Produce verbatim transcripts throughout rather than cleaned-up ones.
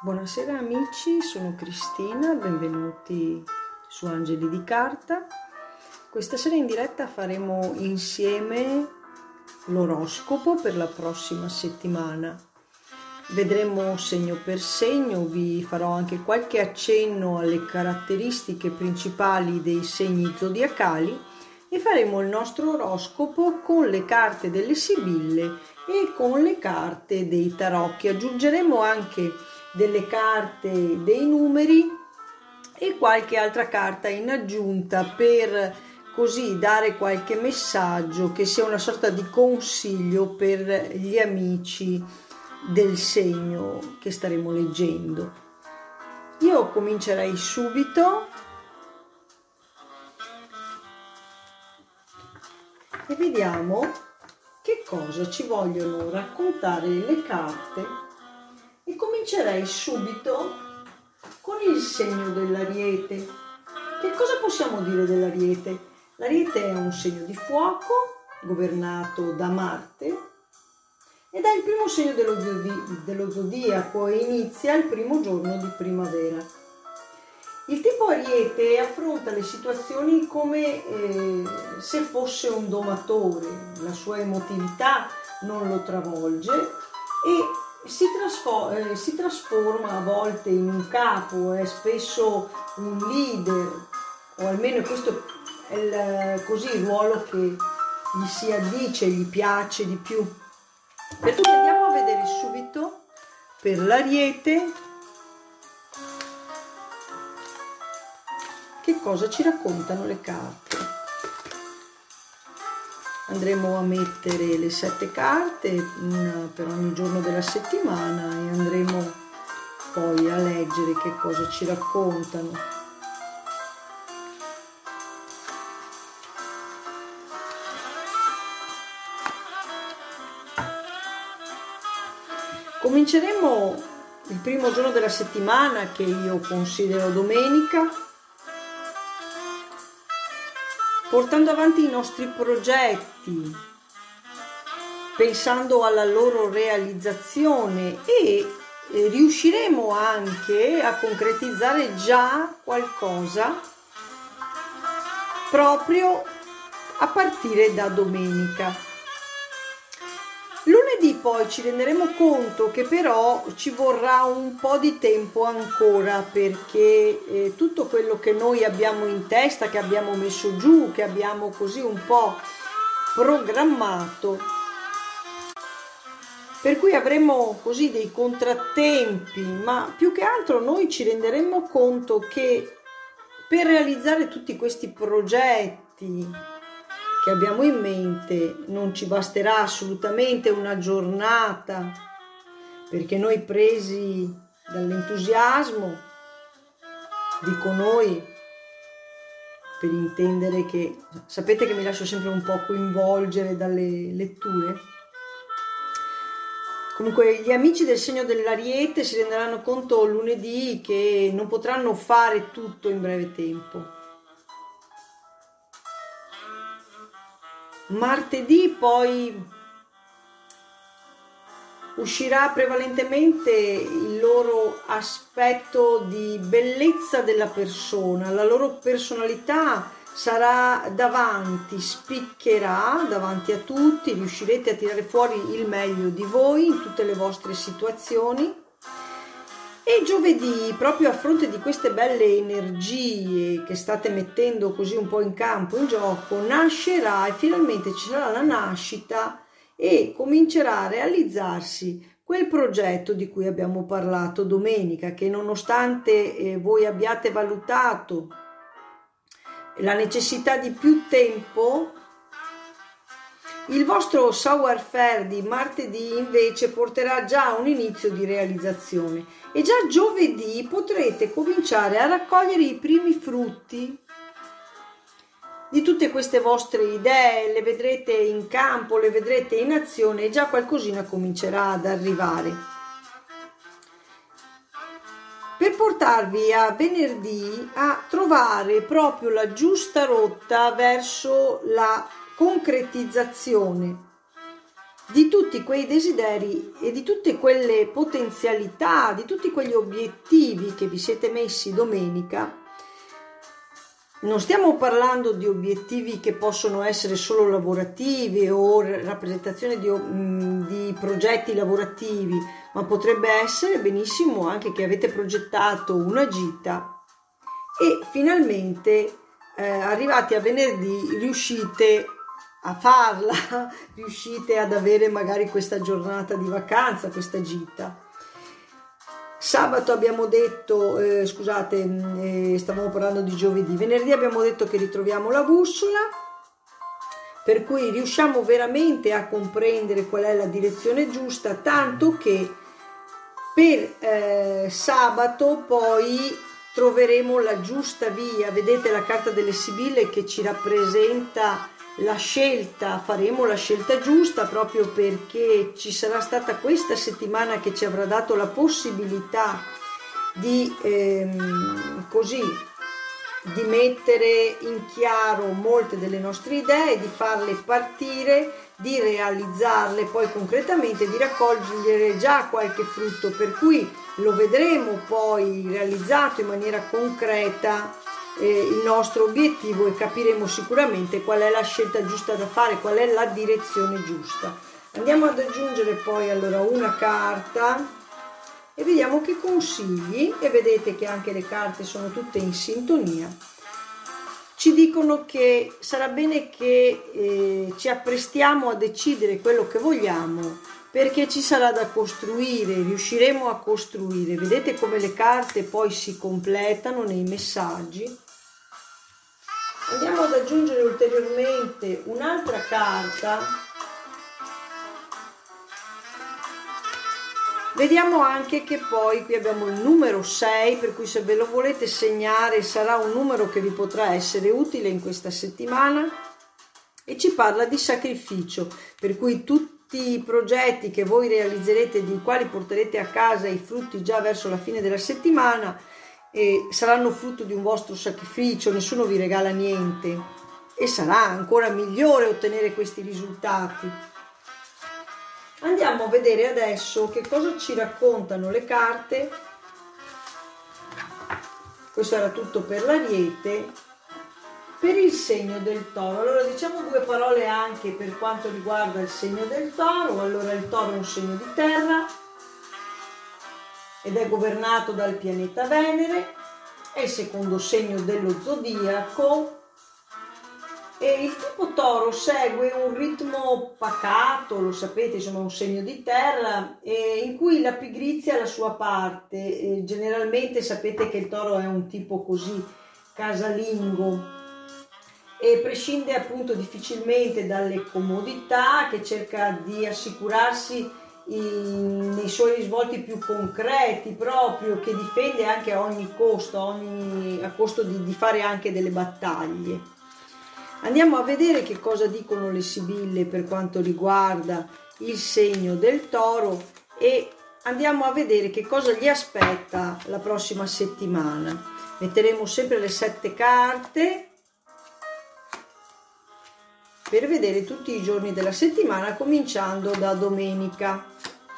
Buonasera amici, sono Cristina, benvenuti su Angeli di Carta. Questa sera in diretta faremo insieme l'oroscopo per la prossima settimana. Vedremo segno per segno, vi farò anche qualche accenno alle caratteristiche principali dei segni zodiacali e faremo il nostro oroscopo con le carte delle Sibille e con le carte dei tarocchi. Aggiungeremo anche delle carte dei numeri e qualche altra carta in aggiunta per così dare qualche messaggio che sia una sorta di consiglio per gli amici del segno che staremo leggendo. Io comincerei subito e vediamo che cosa ci vogliono raccontare le carte. E comincerei subito con il segno dell'Ariete. Che cosa possiamo dire dell'Ariete? L'Ariete è un segno di fuoco governato da Marte ed è il primo segno dello, zodi- dello zodiaco e inizia il primo giorno di primavera. Il tipo Ariete affronta le situazioni come eh, se fosse un domatore, la sua emotività non lo travolge e Si, trasfo- eh, si trasforma a volte in un capo, è spesso un leader, o almeno questo è il, così il ruolo che gli si addice, gli piace di più. Per cui andiamo a vedere subito per l'Ariete che cosa ci raccontano le carte. Andremo a mettere le sette carte, una per ogni giorno della settimana, e andremo poi a leggere che cosa ci raccontano. Cominceremo il primo giorno della settimana, che io considero domenica, portando avanti i nostri progetti, pensando alla loro realizzazione e riusciremo anche a concretizzare già qualcosa proprio a partire da domenica. Lunedì poi ci renderemo conto che però ci vorrà un po' di tempo ancora, perché eh, tutto quello che noi abbiamo in testa, che abbiamo messo giù, che abbiamo così un po' programmato, per cui avremo così dei contrattempi, ma più che altro noi ci renderemo conto che per realizzare tutti questi progetti che abbiamo in mente non ci basterà assolutamente una giornata, perché noi, presi dall'entusiasmo, dico noi per intendere che sapete che mi lascio sempre un po' coinvolgere dalle letture. Comunque gli amici del segno dell'Ariete si renderanno conto lunedì che non potranno fare tutto in breve tempo. Martedì poi uscirà prevalentemente il loro aspetto di bellezza della persona, la loro personalità sarà davanti, spiccherà davanti a tutti, riuscirete a tirare fuori il meglio di voi in tutte le vostre situazioni. E giovedì, proprio a fronte di queste belle energie che state mettendo così un po' in campo, in gioco, nascerà e finalmente ci sarà la nascita e comincerà a realizzarsi quel progetto di cui abbiamo parlato domenica, che nonostante eh, voi abbiate valutato la necessità di più tempo, il vostro savoir-faire di martedì invece porterà già a un inizio di realizzazione e già giovedì potrete cominciare a raccogliere i primi frutti di tutte queste vostre idee, le vedrete in campo, le vedrete in azione e già qualcosina comincerà ad arrivare. Per portarvi a venerdì a trovare proprio la giusta rotta verso la concretizzazione di tutti quei desideri e di tutte quelle potenzialità, di tutti quegli obiettivi che vi siete messi domenica. Non stiamo parlando di obiettivi che possono essere solo lavorativi o rappresentazione di, di progetti lavorativi, ma potrebbe essere benissimo anche che avete progettato una gita e finalmente eh, arrivati a venerdì riuscite a farla, riuscite ad avere magari questa giornata di vacanza, questa gita. Sabato abbiamo detto, eh, scusate, eh, stavamo parlando di giovedì, venerdì abbiamo detto che ritroviamo la bussola, per cui riusciamo veramente a comprendere qual è la direzione giusta, tanto che per eh, sabato poi troveremo la giusta via. Vedete la carta delle Sibille che ci rappresenta la scelta, faremo la scelta giusta proprio perché ci sarà stata questa settimana che ci avrà dato la possibilità di ehm, così di mettere in chiaro molte delle nostre idee, di farle partire, di realizzarle poi concretamente, di raccogliere già qualche frutto, per cui lo vedremo poi realizzato in maniera concreta eh, il nostro obiettivo, e capiremo sicuramente qual è la scelta giusta da fare, qual è la direzione giusta. Andiamo ad aggiungere poi allora una carta e vediamo che consigli, e vedete che anche le carte sono tutte in sintonia. Ci dicono che sarà bene che eh, ci apprestiamo a decidere quello che vogliamo, perché ci sarà da costruire, riusciremo a costruire. Vedete come le carte poi si completano nei messaggi. Andiamo ad aggiungere ulteriormente un'altra carta. Vediamo anche che poi qui abbiamo il numero sei, per cui se ve lo volete segnare sarà un numero che vi potrà essere utile in questa settimana, e ci parla di sacrificio, per cui tutti i progetti che voi realizzerete, di quali porterete a casa i frutti già verso la fine della settimana, eh, saranno frutto di un vostro sacrificio, nessuno vi regala niente e sarà ancora migliore ottenere questi risultati. Andiamo a vedere adesso che cosa ci raccontano le carte. Questo era tutto per l'Ariete. Per il segno del Toro, allora diciamo due parole anche per quanto riguarda il segno del Toro. Allora il Toro è un segno di terra ed è governato dal pianeta Venere, è il secondo segno dello zodiaco. E il tipo Toro segue un ritmo pacato, lo sapete, insomma un segno di terra, eh, in cui la pigrizia ha la sua parte. Eh, generalmente sapete che il Toro è un tipo così casalingo e prescinde appunto difficilmente dalle comodità, che cerca di assicurarsi in, nei suoi risvolti più concreti, proprio, che difende anche a ogni costo, a, ogni, a costo di, di fare anche delle battaglie. Andiamo a vedere che cosa dicono le Sibille per quanto riguarda il segno del Toro e andiamo a vedere che cosa gli aspetta la prossima settimana. Metteremo sempre le sette carte per vedere tutti i giorni della settimana, cominciando da domenica.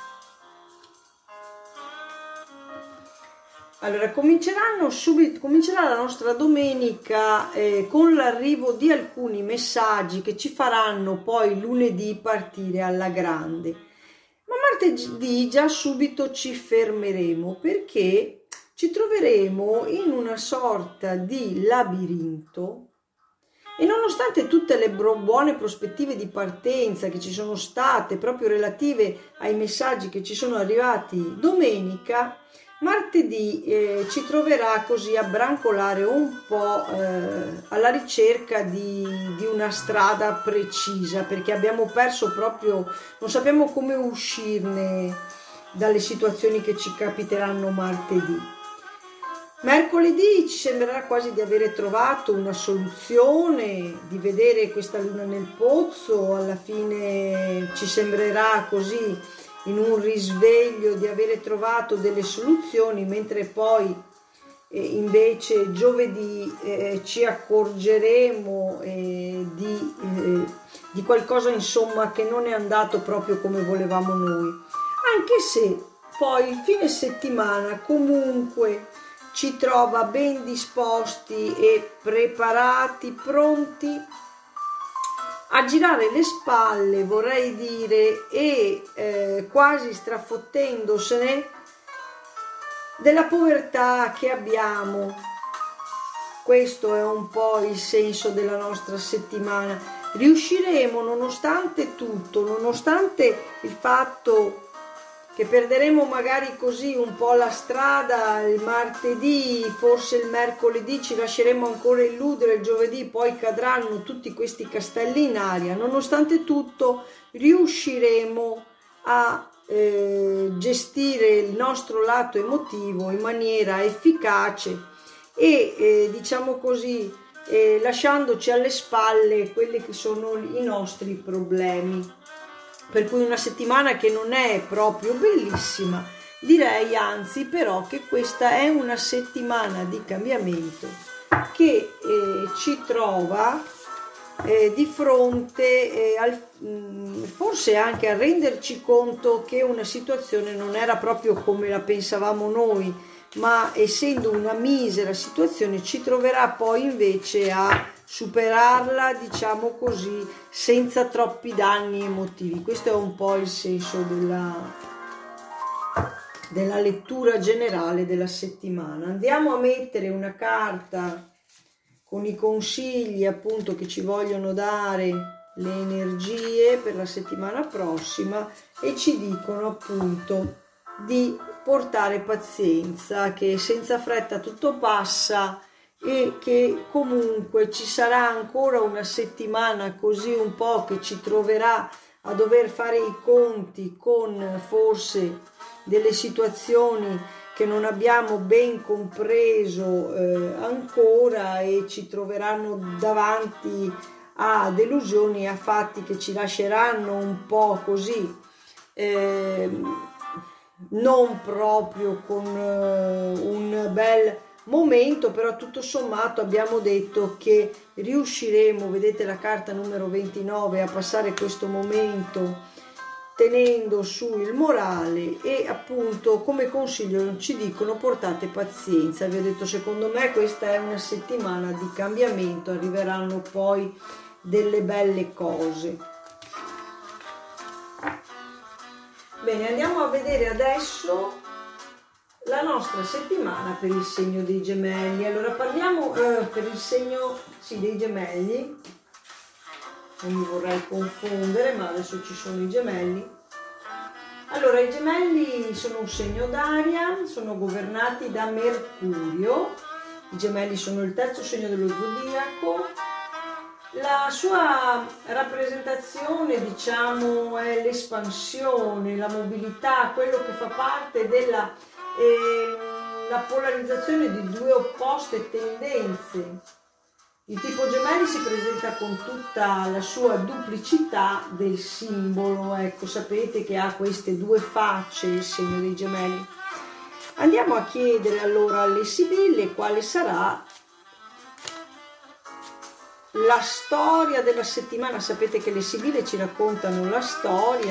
Allora, cominceranno subito, comincerà la nostra domenica eh, con l'arrivo di alcuni messaggi che ci faranno poi lunedì partire alla grande. Ma martedì già subito ci fermeremo, perché ci troveremo in una sorta di labirinto e nonostante tutte le buone prospettive di partenza che ci sono state proprio relative ai messaggi che ci sono arrivati domenica, martedì eh, ci troverà così a brancolare un po' eh, alla ricerca di, di una strada precisa, perché abbiamo perso proprio, non sappiamo come uscirne dalle situazioni che ci capiteranno martedì. Mercoledì ci sembrerà quasi di avere trovato una soluzione, di vedere questa luna nel pozzo, alla fine ci sembrerà così in un risveglio di avere trovato delle soluzioni, mentre poi e invece giovedì eh, ci accorgeremo eh, di, eh, di qualcosa insomma che non è andato proprio come volevamo noi, anche se poi il fine settimana comunque ci trova ben disposti e preparati, pronti a girare le spalle, vorrei dire, e eh, quasi strafottendosene della povertà che abbiamo. Questo è un po' il senso della nostra settimana. Riusciremo, nonostante tutto, nonostante il fatto che perderemo magari così un po' la strada il martedì, forse il mercoledì ci lasceremo ancora illudere, il giovedì poi cadranno tutti questi castelli in aria, nonostante tutto riusciremo a eh, gestire il nostro lato emotivo in maniera efficace e eh, diciamo così eh, lasciandoci alle spalle quelli che sono i nostri problemi. Per cui una settimana che non è proprio bellissima, direi anzi però che questa è una settimana di cambiamento che eh, ci trova eh, di fronte eh, al, mh, forse anche a renderci conto che una situazione non era proprio come la pensavamo noi, ma essendo una misera situazione ci troverà poi invece a superarla, diciamo così, senza troppi danni emotivi. Questo è un po' il senso della, della lettura generale della settimana. Andiamo a mettere una carta con i consigli appunto che ci vogliono dare le energie per la settimana prossima e ci dicono appunto di portare pazienza, che senza fretta tutto passa e che comunque ci sarà ancora una settimana così un po' che ci troverà a dover fare i conti con forse delle situazioni che non abbiamo ben compreso eh, ancora e ci troveranno davanti a delusioni e a fatti che ci lasceranno un po' così eh, non proprio con eh, un bel momento, però tutto sommato abbiamo detto che riusciremo, vedete la carta numero ventinove, a passare questo momento tenendo su il morale e appunto come consiglio ci dicono portate pazienza. Vi ho detto, secondo me questa è una settimana di cambiamento, arriveranno poi delle belle cose. Bene, andiamo a vedere adesso la nostra settimana per il segno dei Gemelli. Allora parliamo eh, per il segno sì, dei Gemelli, non mi vorrei confondere, ma adesso ci sono i Gemelli. Allora, i Gemelli sono un segno d'aria, sono governati da Mercurio. I Gemelli sono il terzo segno dello zodiaco. La sua rappresentazione, diciamo, è l'espansione, la mobilità, quello che fa parte della eh, la polarizzazione di due opposte tendenze. Il tipo Gemelli si presenta con tutta la sua duplicità del simbolo, ecco, sapete che ha queste due facce il segno dei Gemelli. Andiamo a chiedere allora alle Sibille quale sarà la storia della settimana. Sapete che le Sibille ci raccontano la storia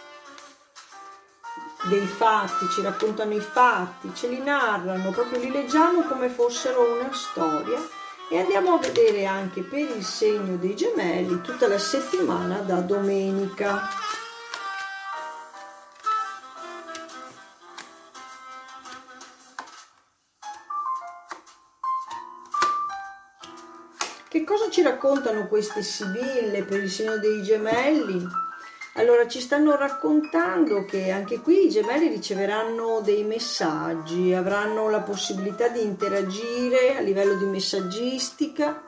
dei fatti, ci raccontano i fatti, ce li narrano, proprio li leggiamo come fossero una storia e andiamo a vedere anche per il segno dei Gemelli tutta la settimana da domenica. Che cosa ci raccontano queste Sibille per il segno dei Gemelli? Allora, ci stanno raccontando che anche qui i Gemelli riceveranno dei messaggi, avranno la possibilità di interagire a livello di messaggistica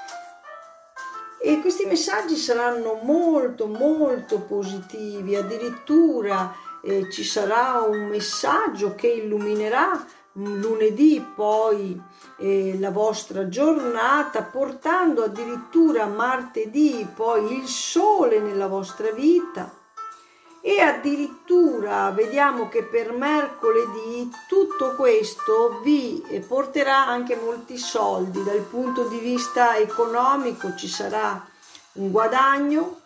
e questi messaggi saranno molto molto positivi, addirittura eh, ci sarà un messaggio che illuminerà lunedì poi eh, la vostra giornata, portando addirittura martedì poi il sole nella vostra vita e addirittura vediamo che per mercoledì tutto questo vi porterà anche molti soldi. Dal punto di vista economico ci sarà un guadagno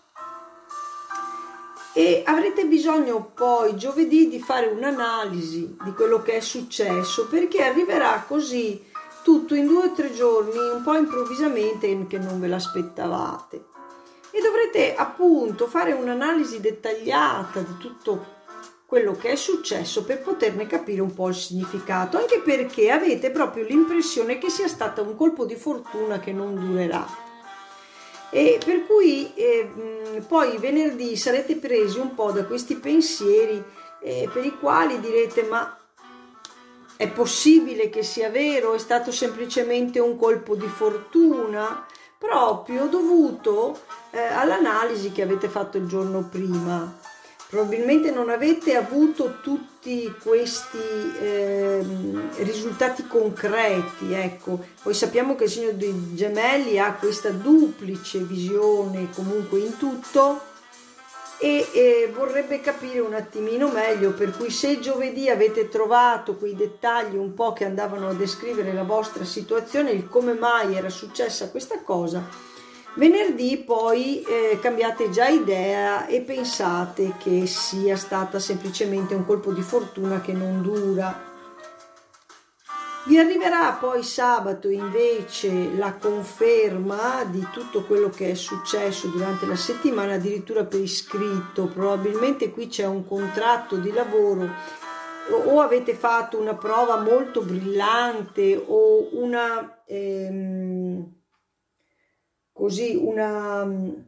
e avrete bisogno poi giovedì di fare un'analisi di quello che è successo, perché arriverà così tutto in due o tre giorni, un po' improvvisamente, che non ve l'aspettavate, e dovrete appunto fare un'analisi dettagliata di tutto quello che è successo per poterne capire un po' il significato, anche perché avete proprio l'impressione che sia stato un colpo di fortuna che non durerà. E per cui eh, poi venerdì sarete presi un po' da questi pensieri eh, per i quali direte: ma è possibile che sia vero? È stato semplicemente un colpo di fortuna, proprio dovuto eh, all'analisi che avete fatto il giorno prima. Probabilmente non avete avuto tutti questi eh, risultati concreti, ecco. Poi sappiamo che il segno dei gemelli ha questa duplice visione comunque in tutto e eh, vorrebbe capire un attimino meglio, per cui se giovedì avete trovato quei dettagli un po' che andavano a descrivere la vostra situazione, il come mai era successa questa cosa, venerdì poi eh, cambiate già idea e pensate che sia stata semplicemente un colpo di fortuna che non dura. Vi arriverà poi sabato invece la conferma di tutto quello che è successo durante la settimana, addirittura per iscritto. Probabilmente qui c'è un contratto di lavoro, o avete fatto una prova molto brillante o una ehm, così una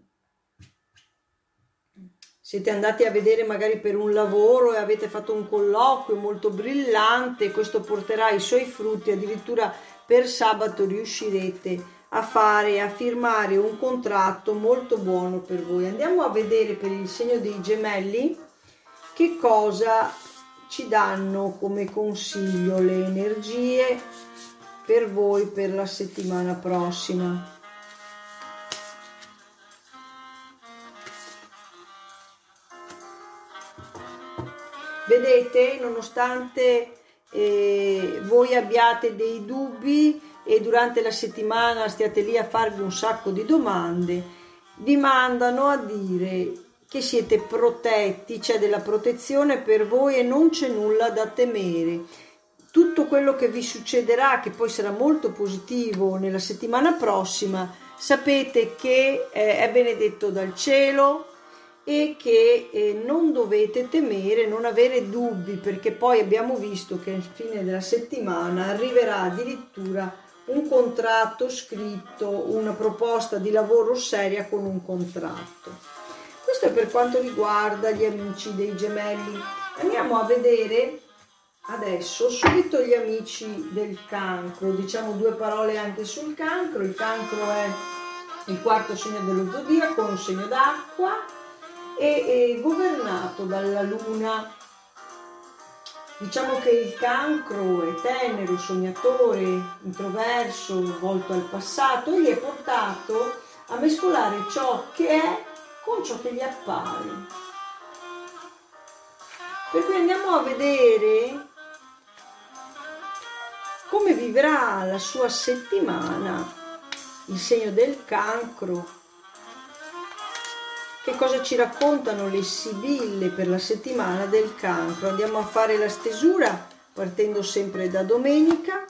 siete andati a vedere magari per un lavoro e avete fatto un colloquio molto brillante, questo porterà i suoi frutti, addirittura per sabato riuscirete a fare, a firmare un contratto molto buono per voi. Andiamo a vedere per il segno dei gemelli che cosa ci danno come consiglio le energie per voi per la settimana prossima. Vedete, nonostante eh, voi abbiate dei dubbi e durante la settimana stiate lì a farvi un sacco di domande, vi mandano a dire che siete protetti, c'è della protezione per voi e non c'è nulla da temere. Tutto quello che vi succederà, che poi sarà molto positivo nella settimana prossima, sapete che eh, è benedetto dal cielo e che eh, non dovete temere, non avere dubbi, perché poi abbiamo visto che alla fine della settimana arriverà addirittura un contratto scritto, una proposta di lavoro seria con un contratto. Questo è per quanto riguarda gli amici dei gemelli. Andiamo a vedere adesso subito gli amici del cancro, diciamo due parole anche sul cancro. Il cancro è il quarto segno dello zodiaco, un segno d'acqua, e è governato dalla luna. Diciamo che il cancro è tenero, sognatore, introverso, volto al passato, e gli è portato a mescolare ciò che è con ciò che gli appare. Per cui andiamo a vedere come vivrà la sua settimana il segno del cancro. Che cosa ci raccontano le sibille per la settimana del cancro? Andiamo a fare la stesura partendo sempre da domenica.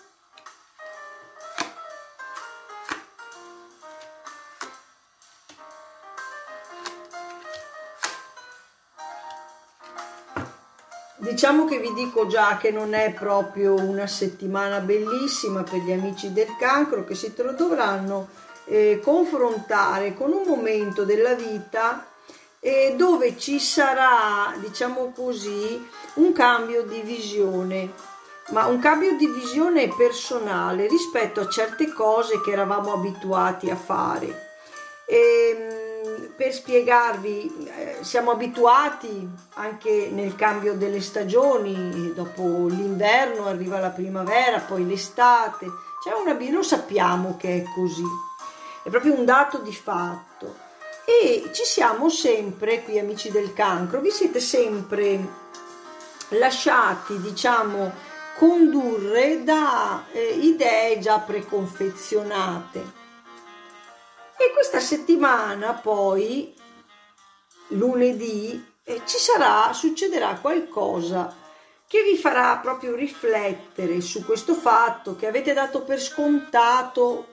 Diciamo che vi dico già che non è proprio una settimana bellissima per gli amici del cancro, che si dovranno Eh, confrontare con un momento della vita eh, dove ci sarà, diciamo così, un cambio di visione, ma un cambio di visione personale rispetto a certe cose che eravamo abituati a fare. E, per spiegarvi, eh, siamo abituati anche nel cambio delle stagioni, dopo l'inverno arriva la primavera, poi l'estate, c'è una, lo sappiamo che è così. È proprio un dato di fatto. e ci siamo sempre, qui amici del Cancro, vi siete sempre lasciati, diciamo, condurre da eh, idee già preconfezionate. E questa settimana poi, lunedì, eh, ci sarà, succederà qualcosa che vi farà proprio riflettere su questo fatto che avete dato per scontato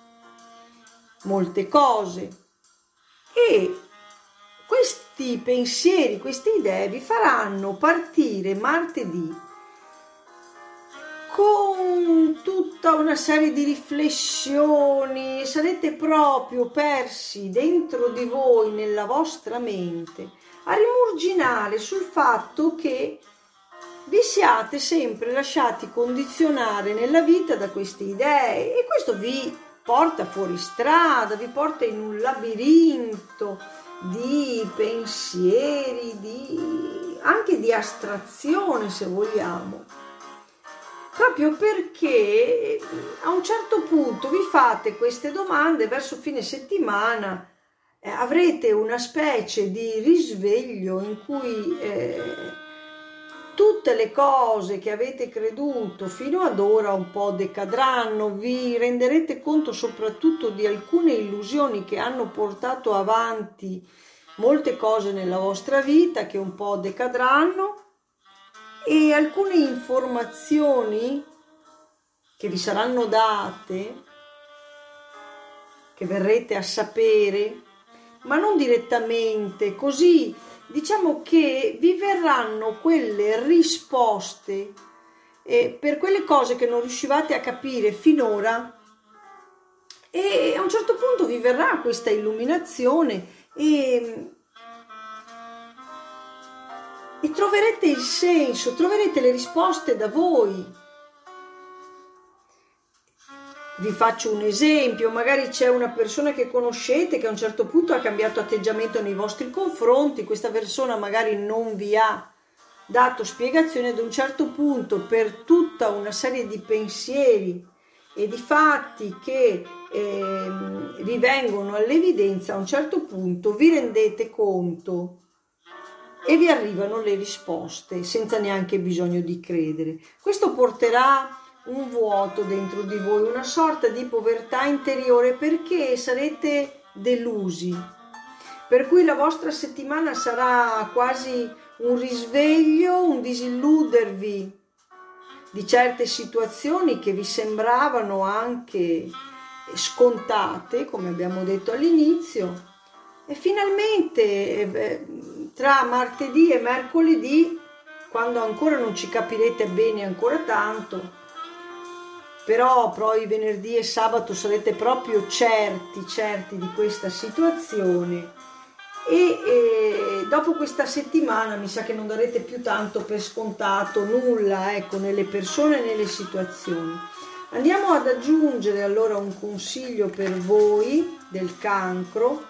molte cose. E questi pensieri, queste idee vi faranno partire martedì con tutta una serie di riflessioni, sarete proprio persi dentro di voi, nella vostra mente, a rimurginare sul fatto che vi siate sempre lasciati condizionare nella vita da queste idee, e questo vi porta fuori strada, vi porta in un labirinto di pensieri, di, anche di astrazione, se vogliamo, proprio perché a un certo punto vi fate queste domande, verso fine settimana eh, avrete una specie di risveglio in cui eh, tutte le cose che avete creduto fino ad ora un po' decadranno, vi renderete conto soprattutto di alcune illusioni che hanno portato avanti molte cose nella vostra vita che un po' decadranno, e alcune informazioni che vi saranno date, che verrete a sapere, ma non direttamente, così diciamo che vi verranno quelle risposte eh, per quelle cose che non riuscivate a capire finora, e a un certo punto vi verrà questa illuminazione e, e troverete il senso, troverete le risposte da voi. Vi faccio un esempio, magari c'è una persona che conoscete che a un certo punto ha cambiato atteggiamento nei vostri confronti, questa persona magari non vi ha dato spiegazione, ad un certo punto per tutta una serie di pensieri e di fatti che eh, vi vengono all'evidenza, a un certo punto vi rendete conto e vi arrivano le risposte senza neanche bisogno di credere. Questo porterà un vuoto dentro di voi, una sorta di povertà interiore, perché sarete delusi, per cui la vostra settimana sarà quasi un risveglio, un disilludervi di certe situazioni che vi sembravano anche scontate, come abbiamo detto all'inizio, e finalmente tra martedì e mercoledì, quando ancora non ci capirete bene ancora tanto, però poi venerdì e sabato sarete proprio certi, certi di questa situazione, e, e dopo questa settimana mi sa che non darete più tanto per scontato nulla, ecco, nelle persone e nelle situazioni. Andiamo ad aggiungere allora un consiglio per voi del Cancro.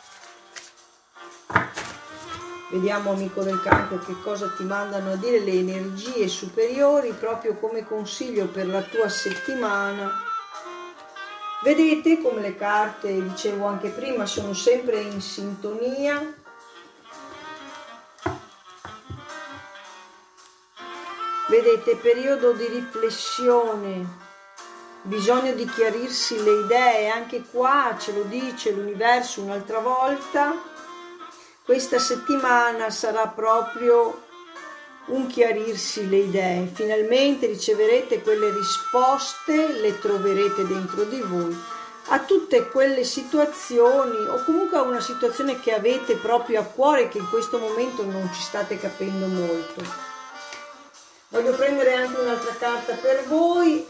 Vediamo, amico del Cancro, che cosa ti mandano a dire le energie superiori proprio come consiglio per la tua settimana. Vedete come le carte, dicevo anche prima, sono sempre in sintonia. Vedete, periodo di riflessione, bisogno di chiarirsi le idee, anche qua ce lo dice l'universo un'altra volta. Questa settimana sarà proprio un chiarirsi le idee, finalmente riceverete quelle risposte, le troverete dentro di voi, a tutte quelle situazioni o comunque a una situazione che avete proprio a cuore, che in questo momento non ci state capendo molto. Voglio prendere anche un'altra carta per voi.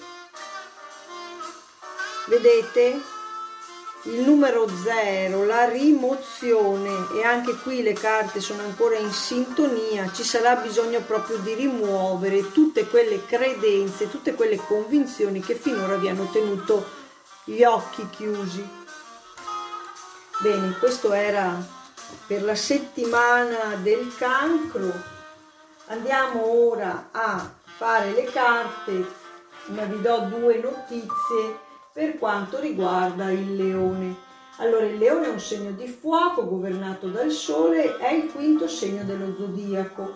Vedete? Il numero zero, la rimozione, e anche qui le carte sono ancora in sintonia. Ci sarà bisogno proprio di rimuovere tutte quelle credenze, tutte quelle convinzioni che finora vi hanno tenuto gli occhi chiusi. Bene, questo era per la settimana del Cancro. Andiamo ora a fare le carte, ma vi do due notizie per quanto riguarda il Leone. Allora, il leone è un segno di fuoco governato dal sole, è il quinto segno dello zodiaco.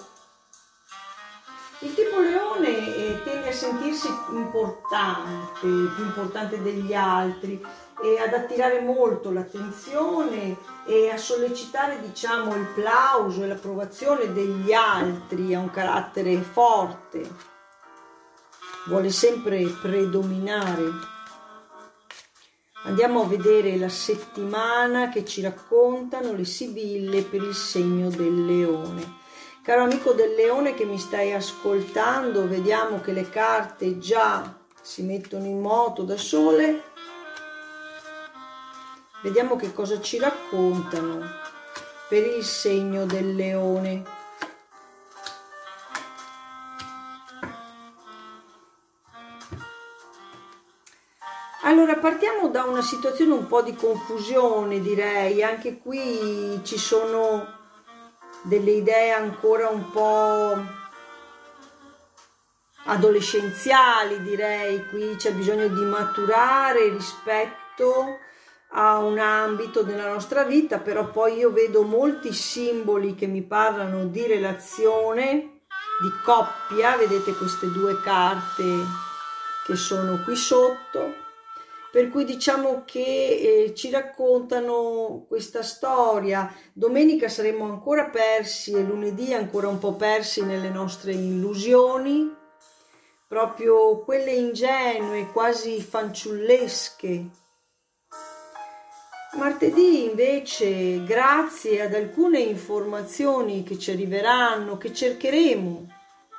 Il tipo leone eh, tende a sentirsi importante, più importante degli altri, e ad attirare molto l'attenzione e a sollecitare, diciamo, il plauso e l'approvazione degli altri. Ha un carattere forte, vuole sempre predominare. Andiamo a vedere la settimana che ci raccontano le sibille per il segno del leone. Caro amico del leone che mi stai ascoltando, vediamo che le carte già si mettono in moto da sole. Vediamo che cosa ci raccontano per il segno del leone. Allora, partiamo da una situazione un po' di confusione, direi. Anche qui ci sono delle idee ancora un po' adolescenziali, direi. Qui c'è bisogno di maturare rispetto a un ambito della nostra vita, però poi io vedo molti simboli che mi parlano di relazione, di coppia. Vedete queste due carte che sono qui sotto. Per cui diciamo che eh, ci raccontano questa storia. Domenica saremo ancora persi e lunedì ancora un po' persi nelle nostre illusioni, proprio quelle ingenue, quasi fanciullesche. Martedì invece, grazie ad alcune informazioni che ci arriveranno, che cercheremo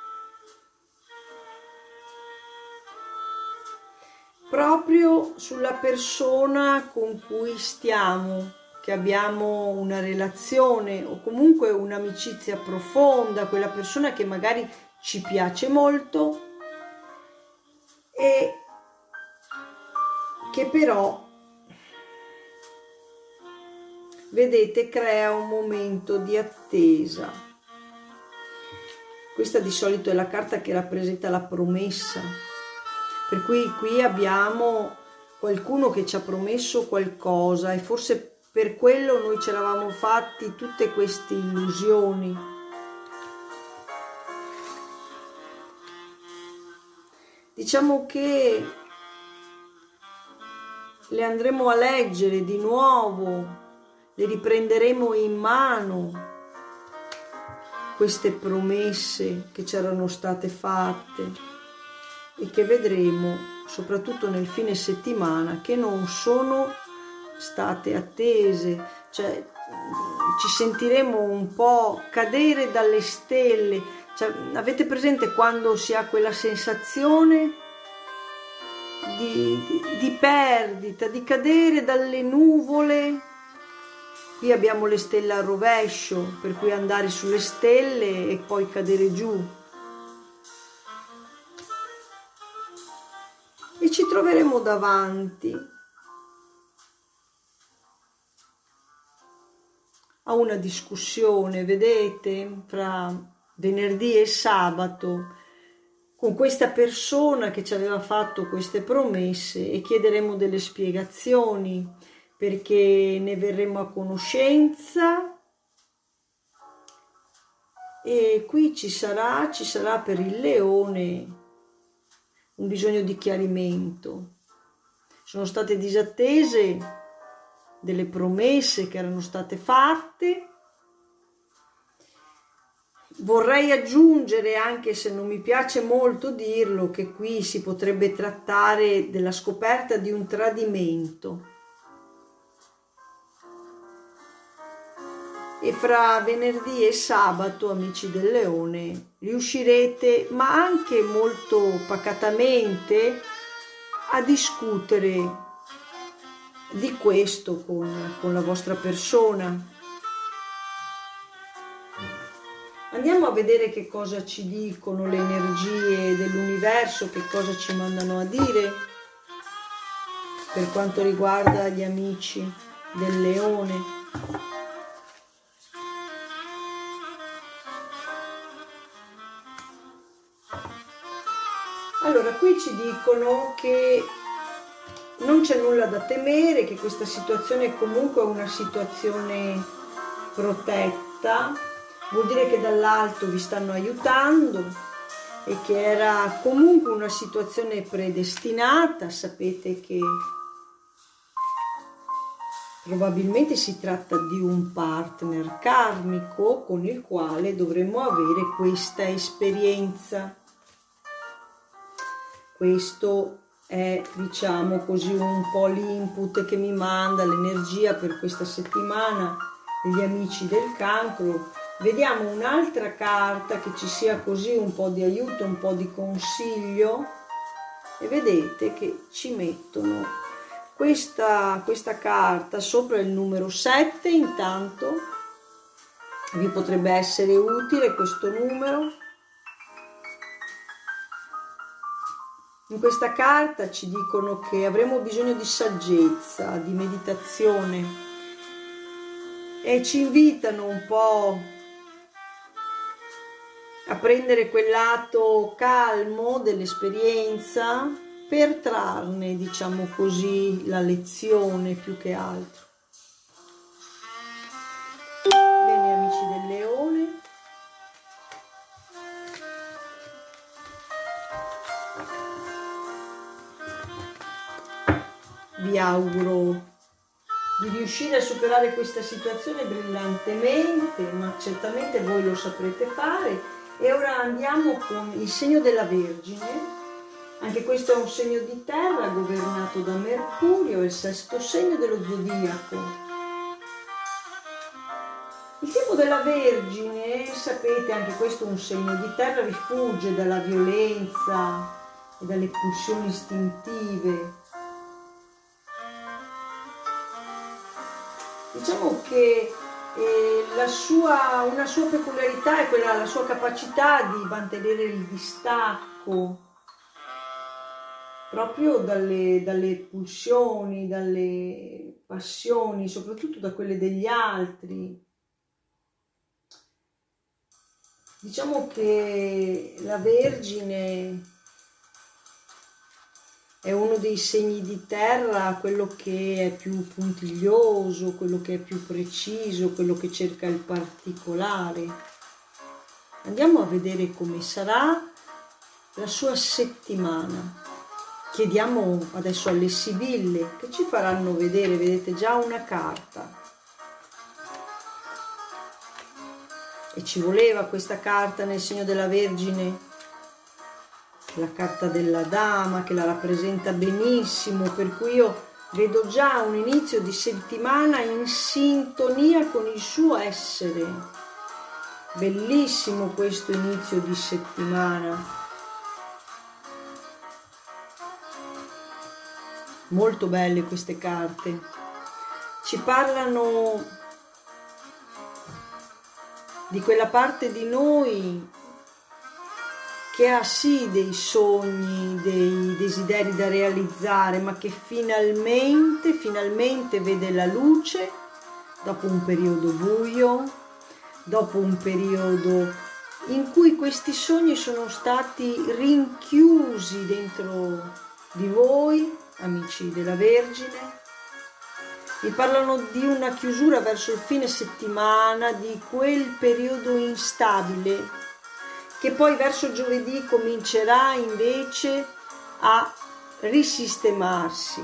proprio sulla persona con cui stiamo, che abbiamo una relazione o comunque un'amicizia profonda, quella persona che magari ci piace molto e che però, vedete, crea un momento di attesa. Questa di solito è la carta che rappresenta la promessa. Per cui qui abbiamo qualcuno che ci ha promesso qualcosa e forse per quello noi ci eravamo fatti tutte queste illusioni. Diciamo che le andremo a leggere di nuovo, le riprenderemo in mano, queste promesse che ci erano state fatte e che vedremo soprattutto nel fine settimana che non sono state attese, cioè ci sentiremo un po' cadere dalle stelle. Cioè, avete presente quando si ha quella sensazione di, di, di perdita, di cadere dalle nuvole? Qui abbiamo le stelle al rovescio, per cui andare sulle stelle e poi cadere giù. E ci troveremo davanti a una discussione, vedete, fra venerdì e sabato, con questa persona che ci aveva fatto queste promesse, e chiederemo delle spiegazioni perché ne verremo a conoscenza. E qui ci sarà, ci sarà per il leone un bisogno di chiarimento. Sono state disattese delle promesse che erano state fatte. Vorrei aggiungere, anche se non mi piace molto dirlo, che qui si potrebbe trattare della scoperta di un tradimento. E fra venerdì e sabato, amici del leone, riuscirete, ma anche molto pacatamente, a discutere di questo con, con la vostra persona. Andiamo a vedere che cosa ci dicono le energie dell'universo, che cosa ci mandano a dire per quanto riguarda gli amici del leone. Allora, qui ci dicono che non c'è nulla da temere, che questa situazione è comunque una situazione protetta, vuol dire che dall'alto vi stanno aiutando e che era comunque una situazione predestinata. Sapete che probabilmente si tratta di un partner karmico con il quale dovremmo avere questa esperienza. Questo è, diciamo così, un po' l'input che mi manda l'energia per questa settimana degli amici del cancro. Vediamo un'altra carta che ci sia così un po' di aiuto, un po' di consiglio, e vedete che ci mettono questa, questa carta sopra il numero sette. Intanto vi potrebbe essere utile questo numero. In questa carta ci dicono che avremo bisogno di saggezza, di meditazione, e ci invitano un po' a prendere quel lato calmo dell'esperienza per trarne, diciamo così, la lezione più che altro. Bene, amici del Leone. Vi auguro di riuscire a superare questa situazione brillantemente, ma certamente voi lo saprete fare. E ora andiamo con il segno della Vergine. Anche questo è un segno di terra governato da Mercurio, il sesto segno dello zodiaco. Il tipo della Vergine, sapete, anche questo è un segno di terra, rifugge dalla violenza e dalle pulsioni istintive. Diciamo che eh, la sua, una sua peculiarità è quella, la sua capacità di mantenere il distacco proprio dalle, dalle pulsioni, dalle passioni, soprattutto da quelle degli altri. Diciamo che la Vergine è uno dei segni di terra, quello che è più puntiglioso, quello che è più preciso, quello che cerca il particolare. Andiamo a vedere come sarà la sua settimana. Chiediamo adesso alle Sibille che ci faranno vedere, vedete già una carta. E ci voleva questa carta nel segno della Vergine. La carta della dama che la rappresenta benissimo, per cui io vedo già un inizio di settimana in sintonia con il suo essere. Bellissimo questo inizio di settimana, molto belle queste carte, ci parlano di quella parte di noi che ha sì dei sogni, dei desideri da realizzare, ma che finalmente, finalmente vede la luce dopo un periodo buio, dopo un periodo in cui questi sogni sono stati rinchiusi dentro di voi, amici della Vergine. Vi parlano di una chiusura verso il fine settimana, di quel periodo instabile, che poi verso giovedì comincerà invece a risistemarsi.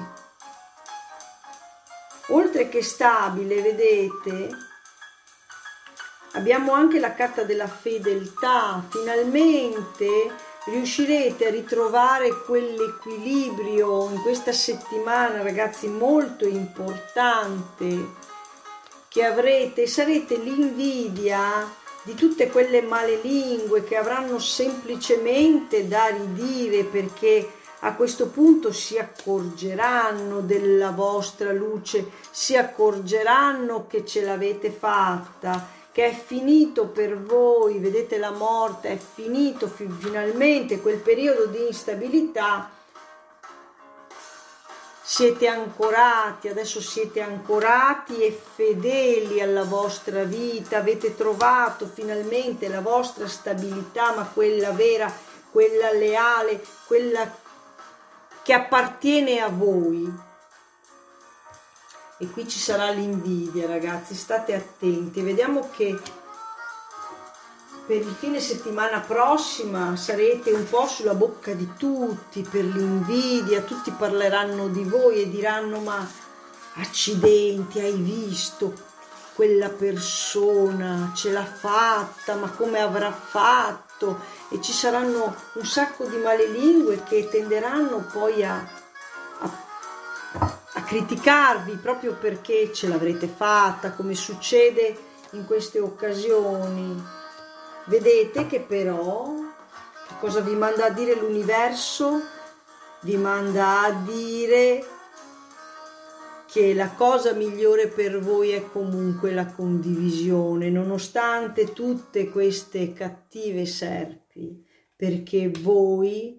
Oltre che stabile, vedete, abbiamo anche la carta della fedeltà. Finalmente riuscirete a ritrovare quell'equilibrio in questa settimana, ragazzi, molto importante, che avrete, sarete l'invidia di tutte quelle malelingue che avranno semplicemente da ridire, perché a questo punto si accorgeranno della vostra luce, si accorgeranno che ce l'avete fatta, che è finito per voi, vedete la morte, è finito finalmente quel periodo di instabilità. Siete ancorati, adesso siete ancorati e fedeli alla vostra vita, avete trovato finalmente la vostra stabilità, ma quella vera, quella leale, quella che appartiene a voi. e qui ci sarà l'invidia, ragazzi, state attenti. Vediamo che per il fine settimana prossima sarete un po' sulla bocca di tutti per l'invidia, tutti parleranno di voi e diranno: ma accidenti, hai visto quella persona, ce l'ha fatta, ma come avrà fatto? E ci saranno un sacco di malelingue che tenderanno poi a, a, a criticarvi proprio perché ce l'avrete fatta, come succede in queste occasioni. Vedete che però, che cosa vi manda a dire l'universo? Vi manda a dire che la cosa migliore per voi è comunque la condivisione, nonostante tutte queste cattive serpi, perché voi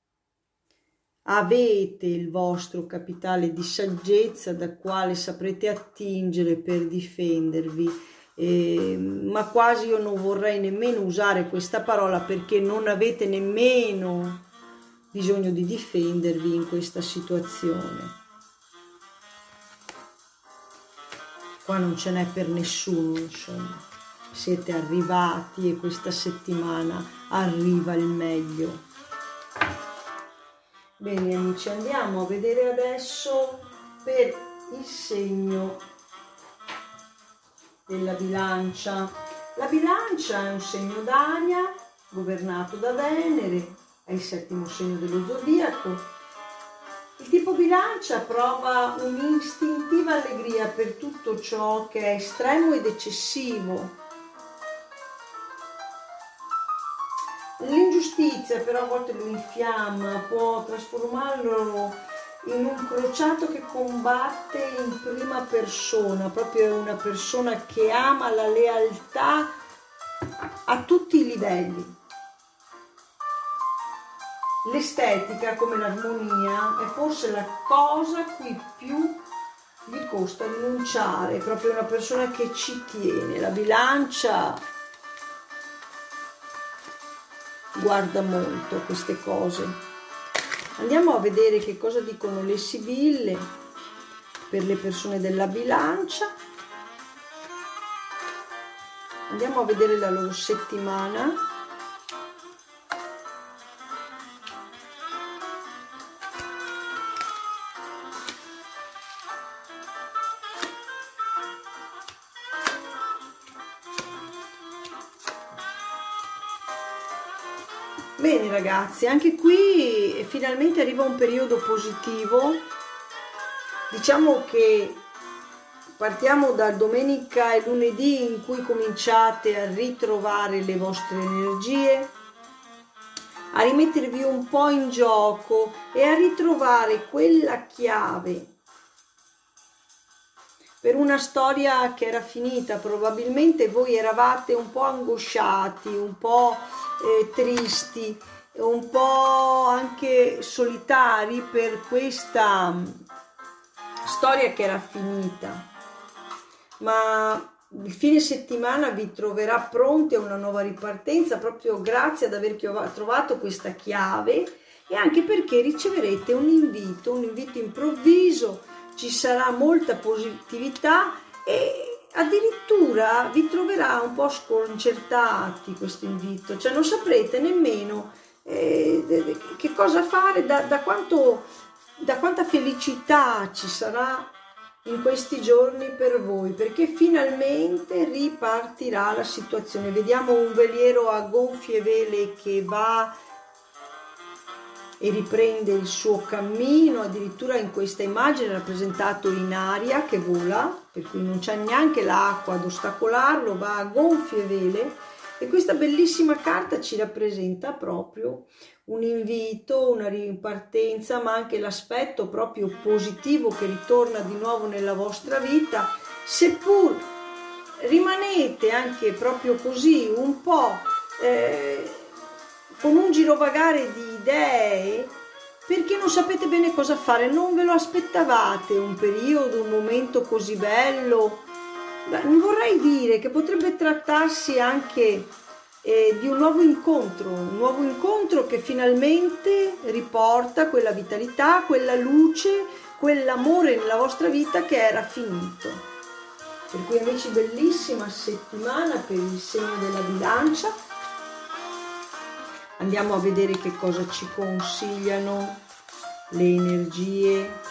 avete il vostro capitale di saggezza da quale saprete attingere per difendervi. Eh, ma quasi io non vorrei nemmeno usare questa parola, perché non avete nemmeno bisogno di difendervi in questa situazione. Qua non ce n'è per nessuno, insomma. Siete arrivati e questa settimana arriva il meglio. Bene amici, andiamo a vedere adesso per il segno della bilancia. La bilancia è un segno d'aria governato da Venere, è il settimo segno dello zodiaco. Il tipo bilancia prova un'istintiva allegria per tutto ciò che è estremo ed eccessivo. L'ingiustizia però a volte lo infiamma, può trasformarlo in un crociato che combatte in prima persona, proprio una persona che ama la lealtà a tutti i livelli. L'estetica, come l'armonia, è forse la cosa a cui più gli costa rinunciare, è proprio una persona che ci tiene. La bilancia guarda molto a queste cose. Andiamo a vedere che cosa dicono le sibille per le persone della bilancia. Andiamo a vedere la loro settimana. Bene ragazzi, anche qui finalmente arriva un periodo positivo. Diciamo che partiamo da domenica e lunedì in cui cominciate a ritrovare le vostre energie, a rimettervi un po' in gioco e a ritrovare quella chiave per una storia che era finita. Probabilmente voi eravate un po' angosciati, un po' eh, tristi, un po' anche solitari per questa storia che era finita, ma il fine settimana vi troverà pronti a una nuova ripartenza proprio grazie ad aver trovato questa chiave e anche perché riceverete un invito, un invito improvviso. Ci sarà molta positività e addirittura vi troverà un po' sconcertati questo invito, cioè non saprete nemmeno eh, che cosa fare, da, da, quanto, da quanta felicità ci sarà in questi giorni per voi, perché finalmente ripartirà la situazione. Vediamo un veliero a gonfie vele che va e riprende il suo cammino, addirittura in questa immagine rappresentato in aria che vola, per cui non c'è neanche l'acqua ad ostacolarlo, va a gonfie vele, e questa bellissima carta ci rappresenta proprio un invito, una ripartenza, ma anche l'aspetto proprio positivo che ritorna di nuovo nella vostra vita, seppur rimanete anche proprio così un po' eh, con un girovagare di idee, perché non sapete bene cosa fare, non ve lo aspettavate un periodo, un momento così bello. Beh, vorrei dire che potrebbe trattarsi anche eh, di un nuovo incontro, un nuovo incontro che finalmente riporta quella vitalità, quella luce, quell'amore nella vostra vita che era finito. Per cui amici, bellissima settimana per il segno della bilancia. Andiamo a vedere che cosa ci consigliano le energie.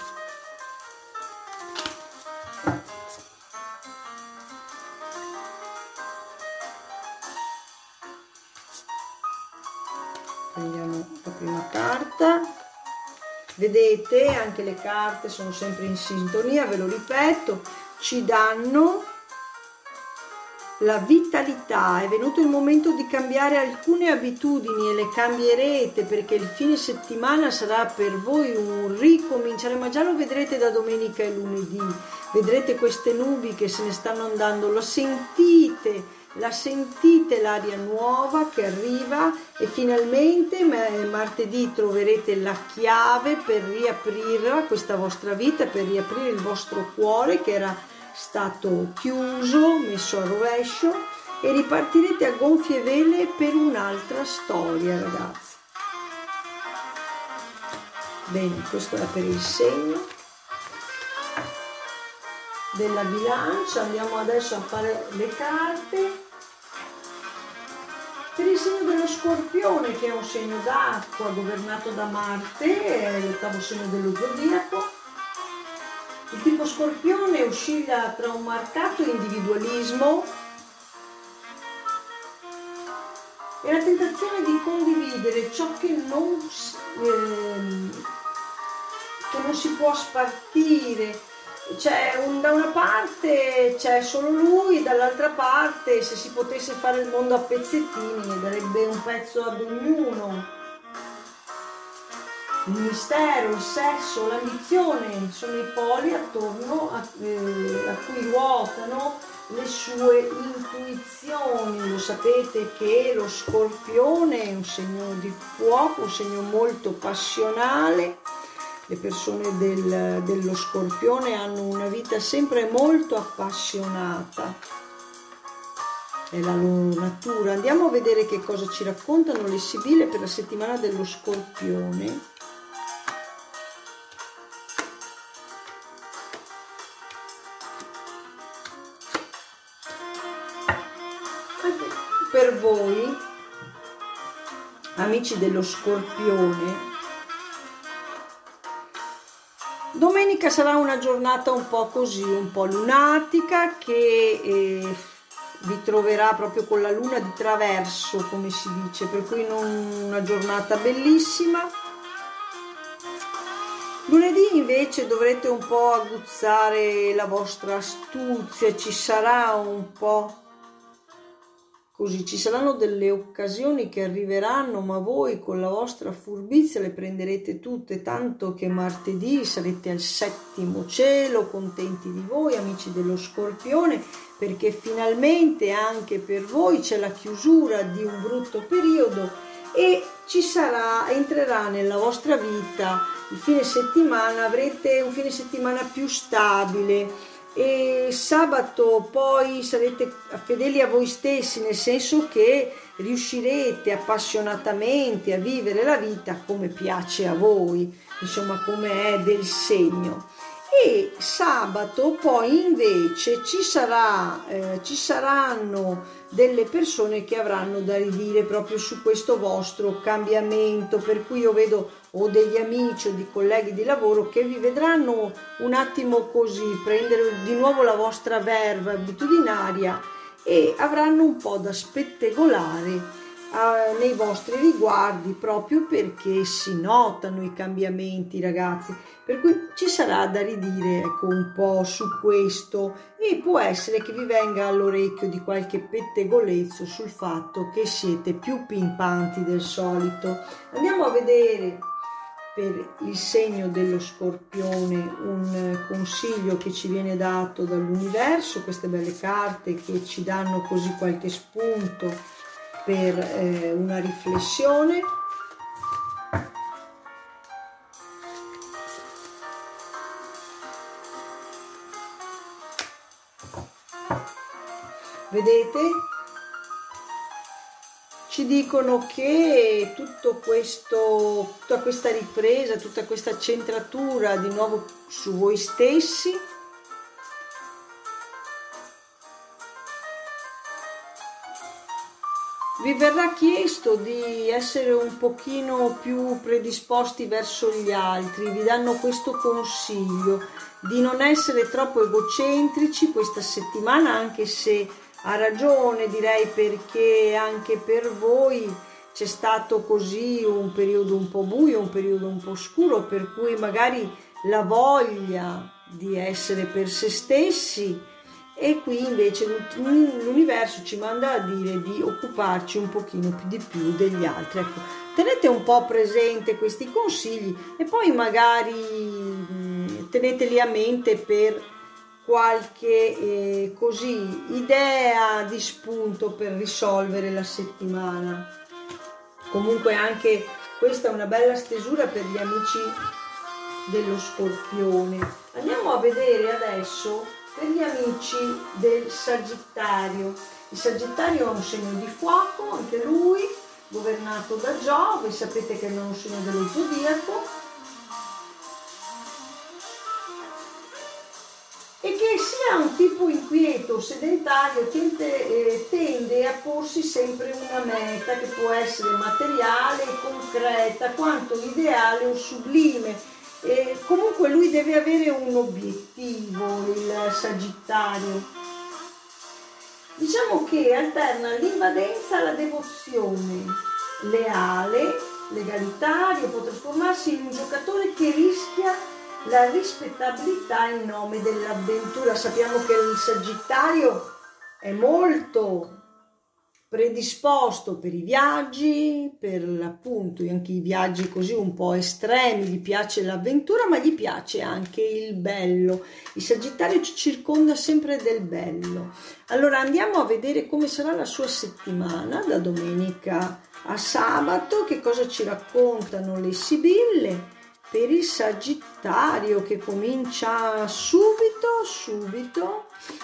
Prendiamo la prima carta. Vedete, anche le carte sono sempre in sintonia, ve lo ripeto, ci danno la vitalità. È venuto il momento di cambiare alcune abitudini e le cambierete, perché il fine settimana sarà per voi un ricominciare, ma già lo vedrete da domenica e lunedì. Vedrete queste nubi che se ne stanno andando, lo sentite, la sentite l'aria nuova che arriva, e finalmente martedì troverete la chiave per riaprirla, questa vostra vita, per riaprire il vostro cuore che era stato chiuso, messo a rovescio, e ripartirete a gonfie vele per un'altra storia, ragazzi. Bene, questo era per il segno della bilancia. Andiamo adesso a fare le carte per il segno dello Scorpione, che è un segno d'acqua governato da Marte, è l'ottavo segno dello zodiaco. Il tipo Scorpione oscilla tra un marcato individualismo e la tentazione di condividere ciò che non, eh, che non si può spartire. C'è un, da una parte c'è solo lui, dall'altra parte, se si potesse fare il mondo a pezzettini, ne darebbe un pezzo ad ognuno. Il mistero, il sesso, l'ambizione sono i poli attorno a, eh, a cui ruotano le sue intuizioni. Lo sapete che lo Scorpione è un segno di fuoco, un segno molto passionale. Le persone del, dello Scorpione hanno una vita sempre molto appassionata, è la loro natura. Andiamo a vedere che cosa ci raccontano le sibille per la settimana dello Scorpione. Per voi, amici dello Scorpione, domenica sarà una giornata un po' così, un po' lunatica, che eh, vi troverà proprio con la luna di traverso, come si dice, per cui non una giornata bellissima. Lunedì invece dovrete un po' aguzzare la vostra astuzia, ci sarà un po' così, ci saranno delle occasioni che arriveranno, ma voi con la vostra furbizia le prenderete tutte, tanto che martedì sarete al settimo cielo, contenti di voi, amici dello Scorpione, perché finalmente anche per voi c'è la chiusura di un brutto periodo e ci sarà, entrerà nella vostra vita il fine settimana, avrete un fine settimana più stabile. E sabato poi sarete fedeli a voi stessi, nel senso che riuscirete appassionatamente a vivere la vita come piace a voi, insomma come è del segno. E sabato poi invece ci sarà eh, ci saranno delle persone che avranno da ridire proprio su questo vostro cambiamento, per cui io vedo o degli amici o di colleghi di lavoro che vi vedranno un attimo così prendere di nuovo la vostra verve abitudinaria e avranno un po' da spettegolare eh, nei vostri riguardi, proprio perché si notano i cambiamenti, ragazzi, per cui ci sarà da ridire, ecco, un po' su questo, e può essere che vi venga all'orecchio di qualche pettegolezzo sul fatto che siete più pimpanti del solito. Andiamo a vedere per il segno dello Scorpione un consiglio che ci viene dato dall'universo, queste belle carte che ci danno così qualche spunto per eh, una riflessione. Vedete? ci dicono che tutto questo, tutta questa ripresa, tutta questa centratura di nuovo su voi stessi vi verrà chiesto di essere un pochino più predisposti verso gli altri, vi danno questo consiglio di non essere troppo egocentrici questa settimana, anche se ha ragione, direi, perché anche per voi c'è stato così un periodo un po' buio, un periodo un po' scuro, per cui magari la voglia di essere per se stessi, e qui invece l'universo ci manda a dire di occuparci un pochino più di più degli altri. Ecco, tenete un po' presente questi consigli e poi magari teneteli a mente per qualche eh, così idea di spunto per risolvere la settimana. Comunque anche questa è una bella stesura per gli amici dello Scorpione. Andiamo a vedere adesso per gli amici del Sagittario. Il Sagittario è un segno di fuoco, anche lui, governato da Giove, sapete che non è un segno dello zodiaco, e che sia un tipo inquieto, sedentario, tende, eh, tende a porsi sempre una meta che può essere materiale, concreta, quanto ideale o sublime. E comunque lui deve avere un obiettivo, il Sagittario. Diciamo che alterna l'invadenza alla devozione, leale, legalitario, può trasformarsi in un giocatore che rischia la rispettabilità in nome dell'avventura. Sappiamo che il Sagittario è molto predisposto per i viaggi, per appunto anche i viaggi così un po' estremi, gli piace l'avventura, ma gli piace anche il bello. Il Sagittario ci circonda sempre del bello. Allora andiamo a vedere come sarà la sua settimana da domenica a sabato, che cosa ci raccontano le sibille per il Sagittario, che comincia subito, subito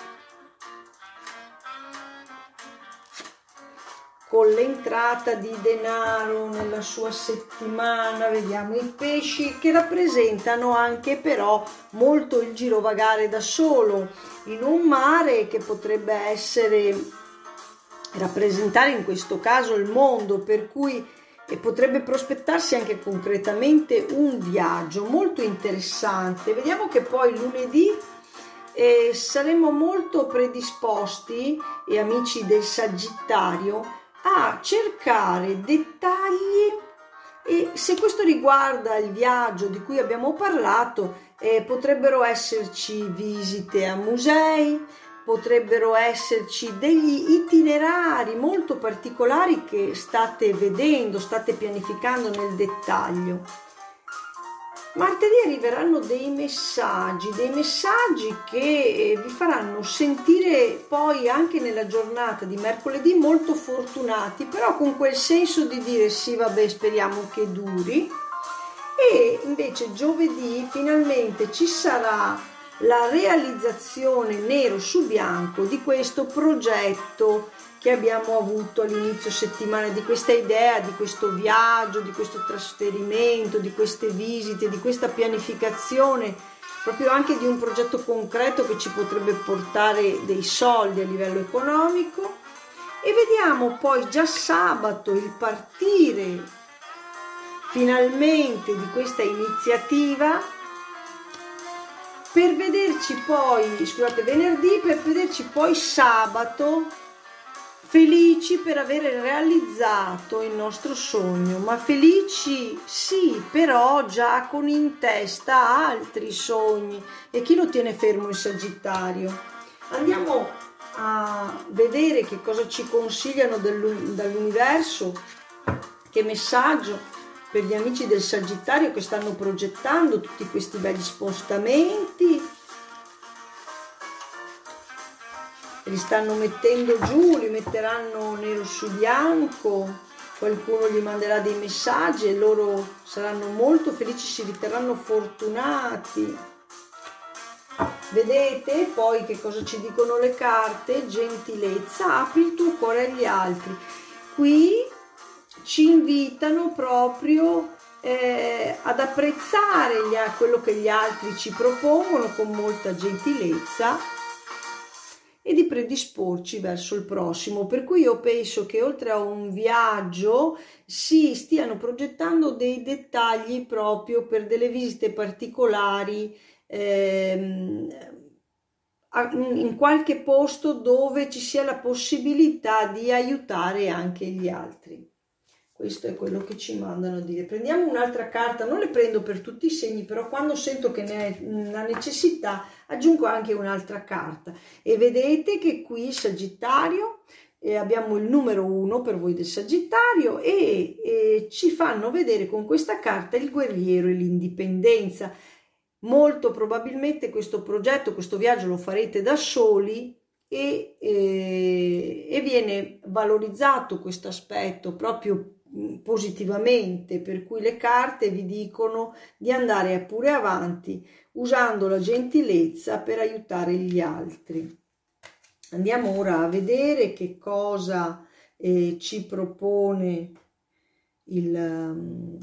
con l'entrata di denaro nella sua settimana. Vediamo i pesci, che rappresentano anche però molto il girovagare da solo in un mare, che potrebbe essere, rappresentare in questo caso il mondo, per cui e potrebbe prospettarsi anche concretamente un viaggio molto interessante. Vediamo che poi lunedì eh, saremo molto predisposti, e amici del Sagittario, a cercare dettagli, e se questo riguarda il viaggio di cui abbiamo parlato, eh, potrebbero esserci visite a musei, potrebbero esserci degli itinerari molto particolari che state vedendo, state pianificando nel dettaglio. Martedì arriveranno dei messaggi, dei messaggi che vi faranno sentire poi anche nella giornata di mercoledì molto fortunati, però con quel senso di dire sì, vabbè, speriamo che duri. E invece giovedì finalmente ci sarà la realizzazione nero su bianco di questo progetto che abbiamo avuto all'inizio settimana, di questa idea, di questo viaggio, di questo trasferimento, di queste visite, di questa pianificazione, proprio anche di un progetto concreto che ci potrebbe portare dei soldi a livello economico. E vediamo poi già sabato il partire finalmente di questa iniziativa, per vederci poi, scusate, venerdì, per vederci poi sabato felici per aver realizzato il nostro sogno, ma felici sì, però già con in testa altri sogni. E chi lo tiene fermo il Sagittario? Andiamo a vedere che cosa ci consigliano dall'universo, che messaggio per gli amici del Sagittario che stanno progettando tutti questi belli spostamenti, li stanno mettendo giù, li metteranno nero su bianco, qualcuno gli manderà dei messaggi e loro saranno molto felici, si riterranno fortunati. Vedete poi che cosa ci dicono le carte? Gentilezza, apri il tuo cuore agli altri. Qui ci invitano proprio eh, ad apprezzare gli, quello che gli altri ci propongono con molta gentilezza e di predisporci verso il prossimo, per cui io penso che oltre a un viaggio si stiano progettando dei dettagli proprio per delle visite particolari ehm, in qualche posto dove ci sia la possibilità di aiutare anche gli altri. Questo è quello che ci mandano a dire. Prendiamo un'altra carta, non le prendo per tutti i segni, però quando sento che ne è una necessità aggiungo anche un'altra carta. E vedete che qui Sagittario, eh, abbiamo il numero uno per voi del Sagittario e, e ci fanno vedere con questa carta il guerriero e l'indipendenza. Molto probabilmente questo progetto, questo viaggio lo farete da soli e, e, e viene valorizzato questo aspetto proprio positivamente, per cui le carte vi dicono di andare pure avanti usando la gentilezza per aiutare gli altri. Andiamo ora a vedere che cosa eh, ci propone il um,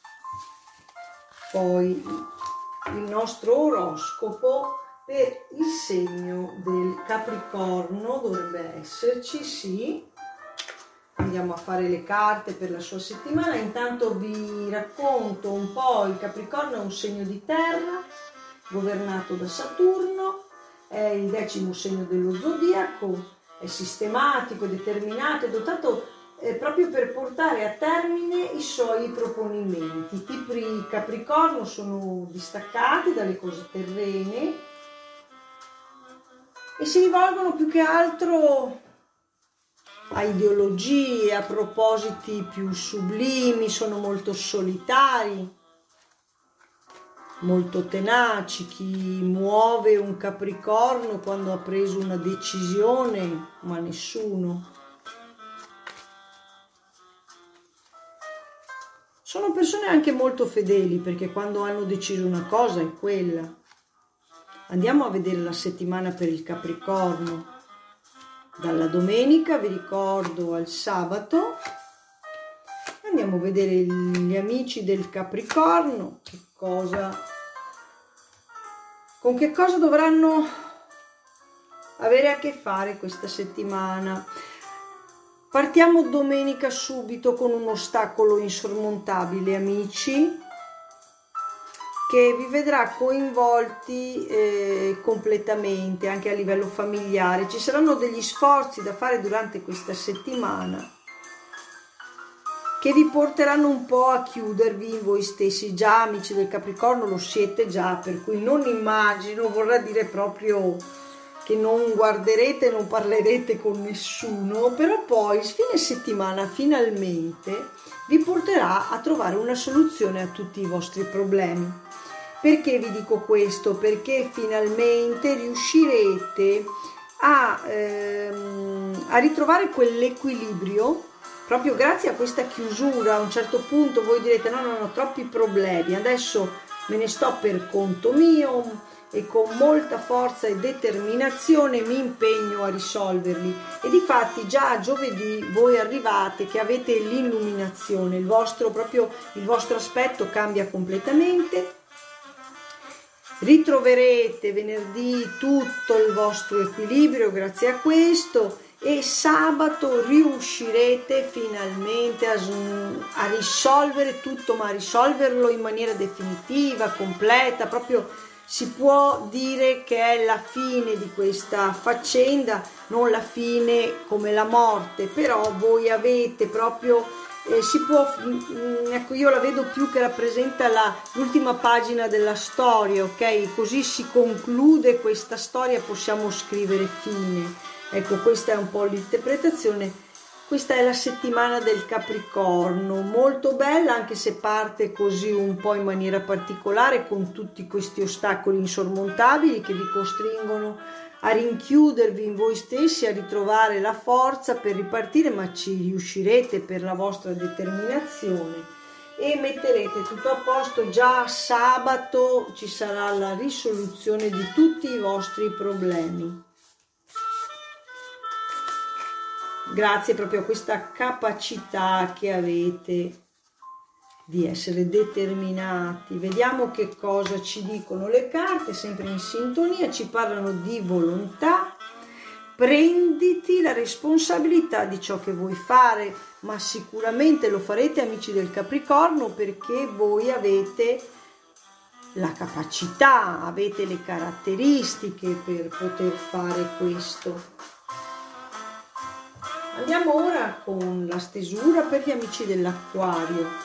poi il nostro oroscopo per il segno del Capricorno. Dovrebbe esserci, sì. Andiamo a fare le carte per la sua settimana. Intanto vi racconto un po'. Il Capricorno è un segno di terra governato da Saturno, è il decimo segno dello zodiaco, è sistematico, determinato, è dotato eh, proprio per portare a termine i suoi proponimenti. I tipi Capricorno sono distaccati dalle cose terrene e si rivolgono più che altro a ideologie, a propositi più sublimi, sono molto solitari, molto tenaci. Chi muove un Capricorno quando ha preso una decisione? Ma nessuno. Sono persone anche molto fedeli, perché quando hanno deciso una cosa è quella. Andiamo a vedere la settimana per il Capricorno. Dalla domenica, vi ricordo, al sabato. Andiamo a vedere gli amici del Capricorno, che cosa, con che cosa dovranno avere a che fare questa settimana. Partiamo domenica subito con un ostacolo insormontabile, amici, che vi vedrà coinvolti eh, completamente, anche a livello familiare. Ci saranno degli sforzi da fare durante questa settimana che vi porteranno un po' a chiudervi in voi stessi. Già amici del Capricorno lo siete già, per cui non immagino, vorrà dire proprio che non guarderete, non parlerete con nessuno, però poi fine settimana finalmente vi porterà a trovare una soluzione a tutti i vostri problemi. Perché vi dico questo? Perché finalmente riuscirete a, ehm, a ritrovare quell'equilibrio proprio grazie a questa chiusura. A un certo punto voi direte no, non ho troppi problemi, adesso me ne sto per conto mio e con molta forza e determinazione mi impegno a risolverli. E difatti già a giovedì voi arrivate che avete l'illuminazione, il vostro, proprio il vostro aspetto cambia completamente. Ritroverete venerdì tutto il vostro equilibrio grazie a questo e sabato riuscirete finalmente a, a risolvere tutto, ma a risolverlo in maniera definitiva, completa. Proprio si può dire che è la fine di questa faccenda, non la fine come la morte, però voi avete proprio Eh, si può, ecco, io la vedo più che rappresenta la, l'ultima pagina della storia, ok? Così si conclude questa storia, possiamo scrivere fine. Ecco, questa è un po' l'interpretazione. Questa è la settimana del Capricorno, molto bella, anche se parte così un po' in maniera particolare, con tutti questi ostacoli insormontabili che vi costringono a rinchiudervi in voi stessi, a ritrovare la forza per ripartire, ma ci riuscirete per la vostra determinazione e metterete tutto a posto. Già sabato ci sarà la risoluzione di tutti i vostri problemi. grazie proprio a questa capacità che avete di essere determinati. Vediamo che cosa ci dicono le carte, sempre in sintonia, ci parlano di volontà. Prenditi la responsabilità di ciò che vuoi fare, ma sicuramente lo farete, amici del Capricorno, perché voi avete la capacità, avete le caratteristiche per poter fare questo. Andiamo ora con la stesura per gli amici dell'Acquario.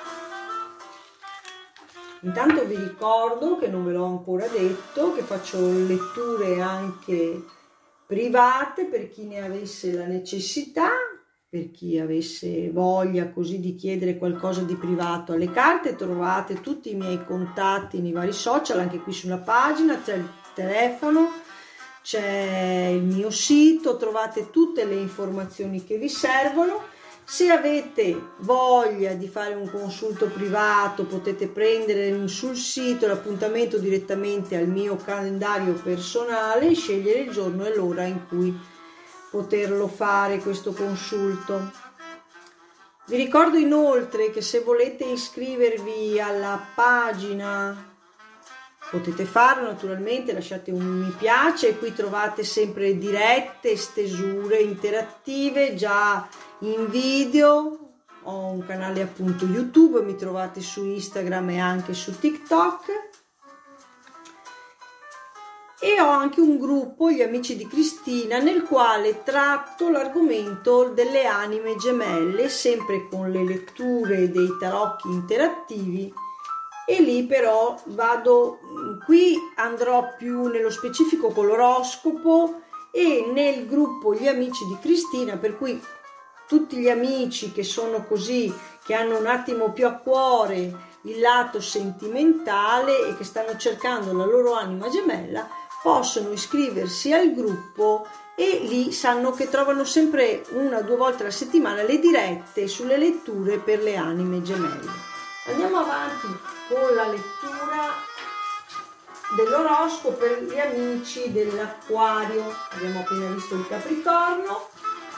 Intanto vi ricordo, che non ve l'ho ancora detto, che faccio letture anche private per chi ne avesse la necessità, per chi avesse voglia così di chiedere qualcosa di privato alle carte. Trovate tutti i miei contatti nei vari social, anche qui sulla pagina, c'è il telefono, c'è il mio sito, trovate tutte le informazioni che vi servono. Se avete voglia di fare un consulto privato potete prendere sul sito l'appuntamento direttamente al mio calendario personale e scegliere il giorno e l'ora in cui poterlo fare questo consulto. Vi ricordo inoltre che se volete iscrivervi alla pagina potete farlo naturalmente, lasciate un mi piace e qui trovate sempre dirette, stesure interattive già in video. Ho un canale appunto YouTube, mi trovate su Instagram e anche su TikTok e ho anche un gruppo, gli amici di Cristina, nel quale tratto l'argomento delle anime gemelle, sempre con le letture dei tarocchi interattivi. E lì però vado, qui andrò più nello specifico con l'oroscopo e nel gruppo gli amici di Cristina, per cui tutti gli amici che sono così, che hanno un attimo più a cuore il lato sentimentale e che stanno cercando la loro anima gemella, possono iscriversi al gruppo e lì sanno che trovano sempre una o due volte alla settimana le dirette sulle letture per le anime gemelle. Andiamo avanti con la lettura dell'oroscopo per gli amici dell'Acquario. Abbiamo appena visto il Capricorno.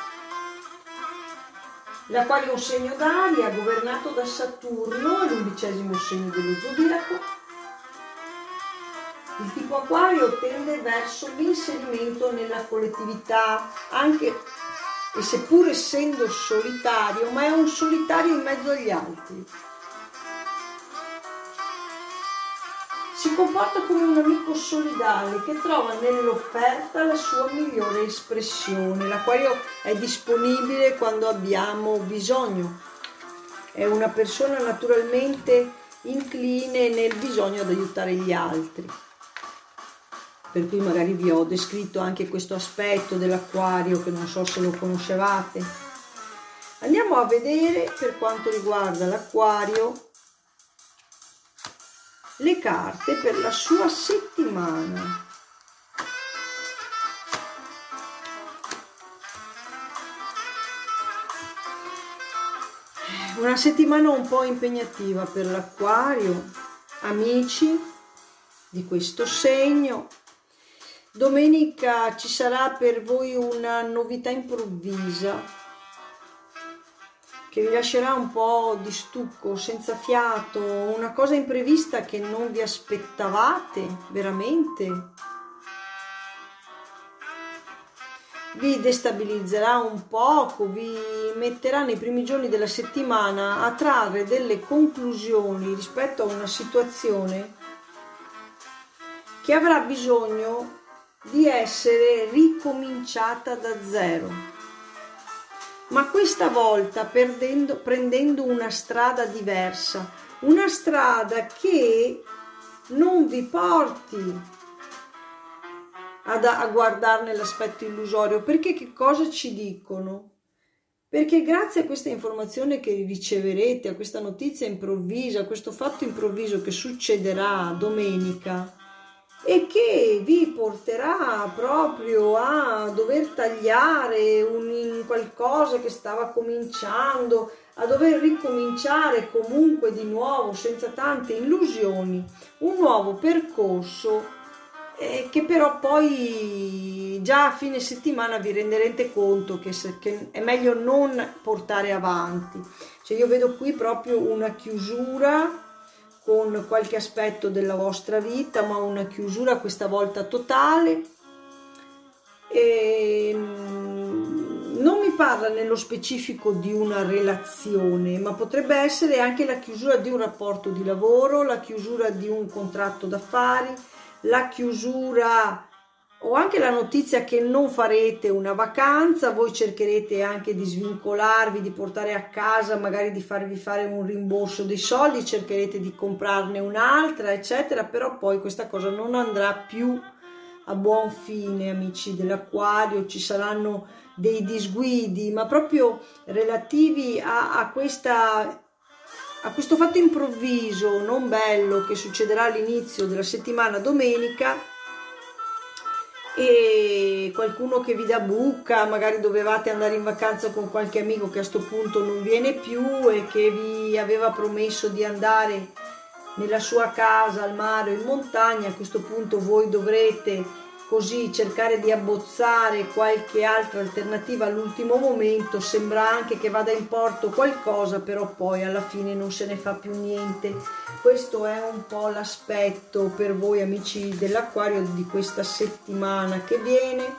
L'Acquario è un segno d'aria governato da Saturno, è l'undicesimo segno dello zodiaco. Il tipo Acquario tende verso l'inserimento nella collettività, anche e seppur essendo solitario, ma è un solitario in mezzo agli altri. Si comporta come un amico solidale che trova nell'offerta la sua migliore espressione. L'Acquario è disponibile quando abbiamo bisogno. È una persona naturalmente incline nel bisogno ad aiutare gli altri. Per cui magari vi ho descritto anche questo aspetto dell'Acquario che non so se lo conoscevate. Andiamo a vedere per quanto riguarda l'Acquario le carte per la sua settimana. Una settimana un po' impegnativa per l'Acquario, amici di questo segno. Domenica ci sarà per voi una novità improvvisa che vi lascerà un po' di stucco, senza fiato, una cosa imprevista che non vi aspettavate veramente. Vi destabilizzerà un poco, vi metterà nei primi giorni della settimana a trarre delle conclusioni rispetto a una situazione che avrà bisogno di essere ricominciata da zero. Ma questa volta perdendo, prendendo una strada diversa, una strada che non vi porti ad, a guardarne l'aspetto illusorio, perché che cosa ci dicono? Perché grazie a questa informazione che riceverete, a questa notizia improvvisa, a questo fatto improvviso che succederà domenica, e che vi porterà proprio a dover tagliare un qualcosa che stava cominciando, a dover ricominciare comunque di nuovo senza tante illusioni, un nuovo percorso eh, che però poi già a fine settimana vi renderete conto che, se, che è meglio non portare avanti. Cioè io vedo qui proprio una chiusura con qualche aspetto della vostra vita, ma una chiusura questa volta totale. E non mi parla nello specifico di una relazione, ma potrebbe essere anche la chiusura di un rapporto di lavoro, la chiusura di un contratto d'affari, la chiusura o anche la notizia che non farete una vacanza. Voi cercherete anche di svincolarvi, di portare a casa, magari di farvi fare un rimborso dei soldi, cercherete di comprarne un'altra, eccetera, però poi questa cosa non andrà più a buon fine, amici dell'Acquario. Ci saranno dei disguidi, ma proprio relativi a, a questa a questo fatto improvviso, non bello, che succederà all'inizio della settimana domenica, e qualcuno che vi dà bucca, magari dovevate andare in vacanza con qualche amico che a sto punto non viene più e che vi aveva promesso di andare nella sua casa al mare o in montagna. A questo punto voi dovrete così cercare di abbozzare qualche altra alternativa all'ultimo momento. Sembra anche che vada in porto qualcosa, però poi alla fine non se ne fa più niente. Questo è un po' l'aspetto per voi, amici dell'Acquario, di questa settimana che viene.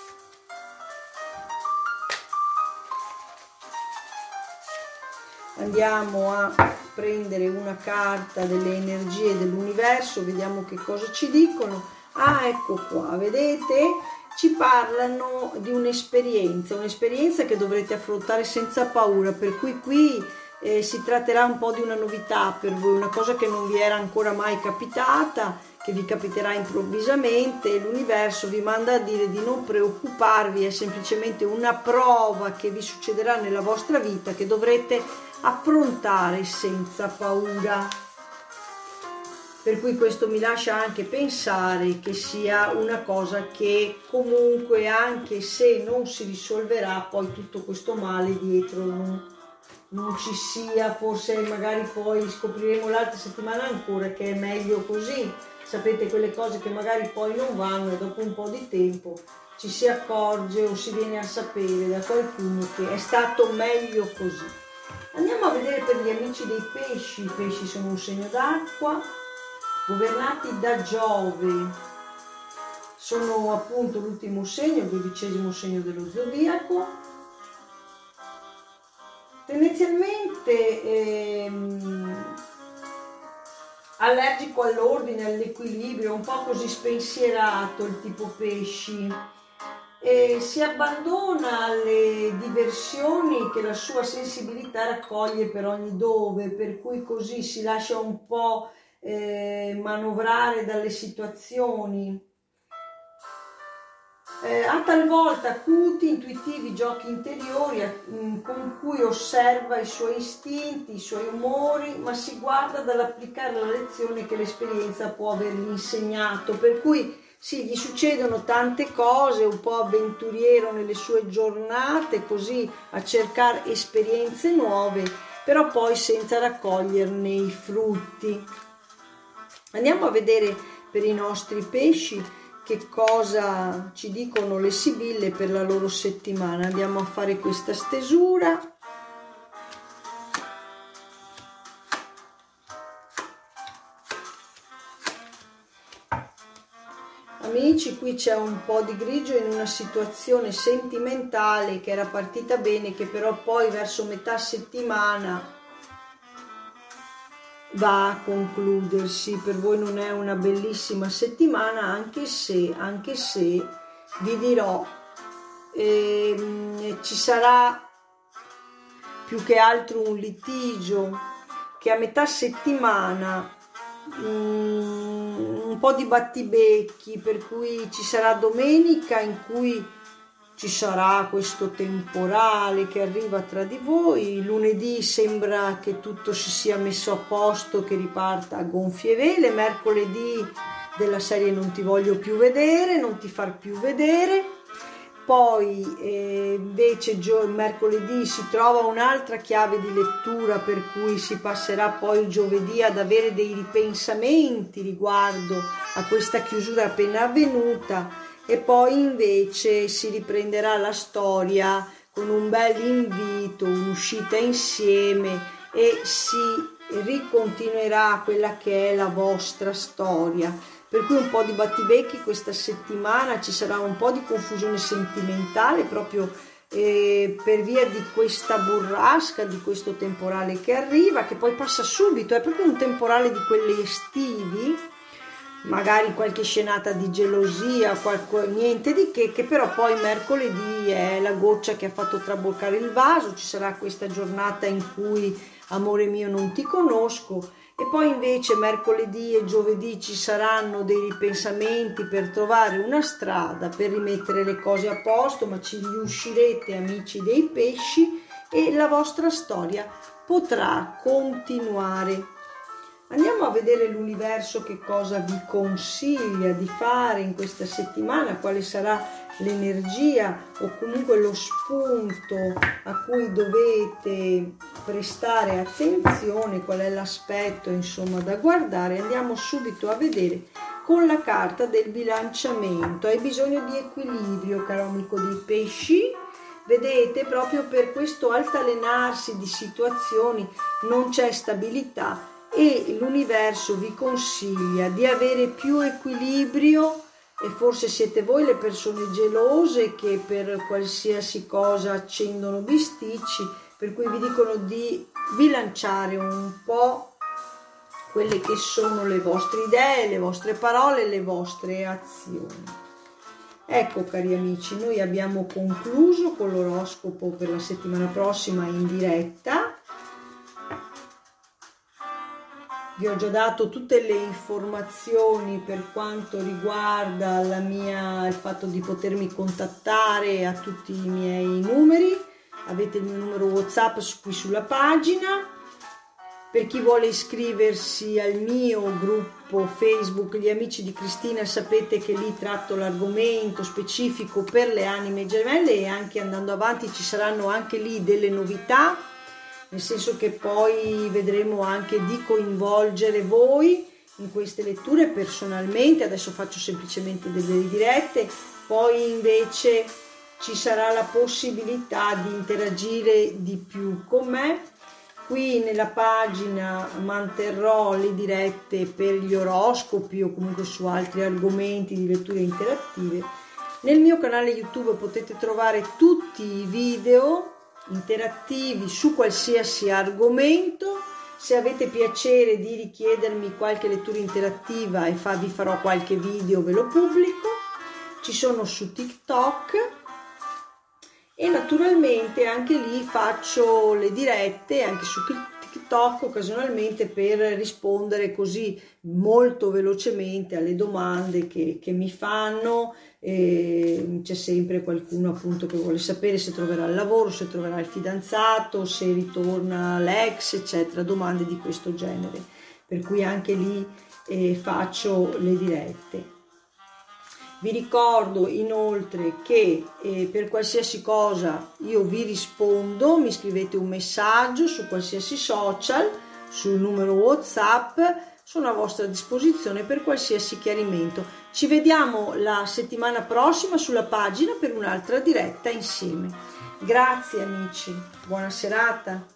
Andiamo a prendere una carta delle energie dell'universo, vediamo che cosa ci dicono. Ah, ecco qua, vedete? Ci parlano di un'esperienza, un'esperienza che dovrete affrontare senza paura, per cui qui eh, si tratterà un po' di una novità per voi, una cosa che non vi era ancora mai capitata, che vi capiterà improvvisamente. L'universo vi manda a dire di non preoccuparvi, è semplicemente una prova che vi succederà nella vostra vita, che dovrete affrontare senza paura. Per cui questo mi lascia anche pensare che sia una cosa che comunque, anche se non si risolverà, poi tutto questo male dietro non, non ci sia. Forse magari poi scopriremo l'altra settimana ancora che è meglio così. Sapete, quelle cose che magari poi non vanno e dopo un po' di tempo ci si accorge o si viene a sapere da qualcuno che è stato meglio così. Andiamo a vedere per gli amici dei pesci. I pesci sono un segno d'acqua, governati da Giove, sono appunto l'ultimo segno, il dodicesimo segno dello zodiaco. Tendenzialmente ehm, allergico all'ordine, all'equilibrio, un po' così spensierato il tipo pesci, e si abbandona alle diversioni che la sua sensibilità raccoglie per ogni dove, per cui così si lascia un po' Eh, manovrare dalle situazioni. Eh, ha talvolta acuti, intuitivi giochi interiori eh, con cui osserva i suoi istinti, i suoi umori, ma si guarda dall'applicare la lezione che l'esperienza può avergli insegnato. Per cui sì, gli succedono tante cose, un po' avventuriero nelle sue giornate, così a cercare esperienze nuove, però poi senza raccoglierne i frutti. Andiamo a vedere per i nostri pesci che cosa ci dicono le sibille per la loro settimana. Andiamo a fare questa stesura. Amici, qui c'è un po' di grigio in una situazione sentimentale che era partita bene, che però poi verso metà settimana va a concludersi. Per voi non è una bellissima settimana, anche se, anche se vi dirò, ehm, ci sarà più che altro un litigio, che a metà settimana um, un po' di battibecchi, per cui ci sarà domenica in cui ci sarà questo temporale che arriva tra di voi. Lunedì sembra che tutto si sia messo a posto, che riparta a gonfie vele. Mercoledì della serie non ti voglio più vedere, non ti far più vedere. poi eh, invece gio- mercoledì si trova un'altra chiave di lettura, per cui si passerà poi il giovedì ad avere dei ripensamenti riguardo a questa chiusura appena avvenuta, e poi invece si riprenderà la storia con un bel invito, un'uscita insieme, e si ricontinuerà quella che è la vostra storia. Per cui un po' di battibecchi questa settimana, ci sarà un po' di confusione sentimentale proprio eh, per via di questa burrasca, di questo temporale che arriva, che poi passa subito, è proprio un temporale di quelli estivi, magari qualche scenata di gelosia, qualche, niente di che, che però poi mercoledì è la goccia che ha fatto traboccare il vaso, ci sarà questa giornata in cui amore mio non ti conosco. E poi invece mercoledì e giovedì ci saranno dei ripensamenti per trovare una strada, per rimettere le cose a posto, ma ci riuscirete, amici dei pesci, e la vostra storia potrà continuare. Andiamo a vedere l'universo che cosa vi consiglia di fare in questa settimana, quale sarà l'energia o comunque lo spunto a cui dovete prestare attenzione, qual è l'aspetto insomma da guardare. Andiamo subito a vedere con la carta del bilanciamento. Hai bisogno di equilibrio, caro amico dei pesci. Vedete, proprio per questo altalenarsi di situazioni non c'è stabilità, e l'universo vi consiglia di avere più equilibrio, e forse siete voi le persone gelose che per qualsiasi cosa accendono bisticci, per cui vi dicono di bilanciare un po' quelle che sono le vostre idee, le vostre parole, le vostre azioni. Ecco, cari amici, noi abbiamo concluso con l'oroscopo per la settimana prossima in diretta. Vi ho già dato tutte le informazioni per quanto riguarda la mia, il fatto di potermi contattare a tutti i miei numeri. Avete il mio numero WhatsApp qui sulla pagina. Per chi vuole iscriversi al mio gruppo Facebook Gli Amici di Cristina, sapete che lì tratto l'argomento specifico per le anime gemelle, e anche andando avanti ci saranno anche lì delle novità, nel senso che poi vedremo anche di coinvolgere voi in queste letture personalmente. Adesso faccio semplicemente delle dirette, poi invece ci sarà la possibilità di interagire di più con me. Qui nella pagina manterrò le dirette per gli oroscopi o comunque su altri argomenti di letture interattive. Nel mio canale YouTube potete trovare tutti i video interattivi su qualsiasi argomento. Se avete piacere di richiedermi qualche lettura interattiva e fa, vi farò qualche video, ve lo pubblico. Ci sono su TikTok, e naturalmente anche lì faccio le dirette anche su TikTok occasionalmente per rispondere così molto velocemente alle domande che, che mi fanno. E c'è sempre qualcuno appunto che vuole sapere se troverà il lavoro, se troverà il fidanzato, se ritorna l'ex, eccetera, domande di questo genere, per cui anche lì eh, faccio le dirette. Vi ricordo inoltre che eh, per qualsiasi cosa io vi rispondo, mi scrivete un messaggio su qualsiasi social, sul numero WhatsApp, sono a vostra disposizione per qualsiasi chiarimento. Ci vediamo la settimana prossima sulla pagina per un'altra diretta insieme. Grazie amici, buona serata.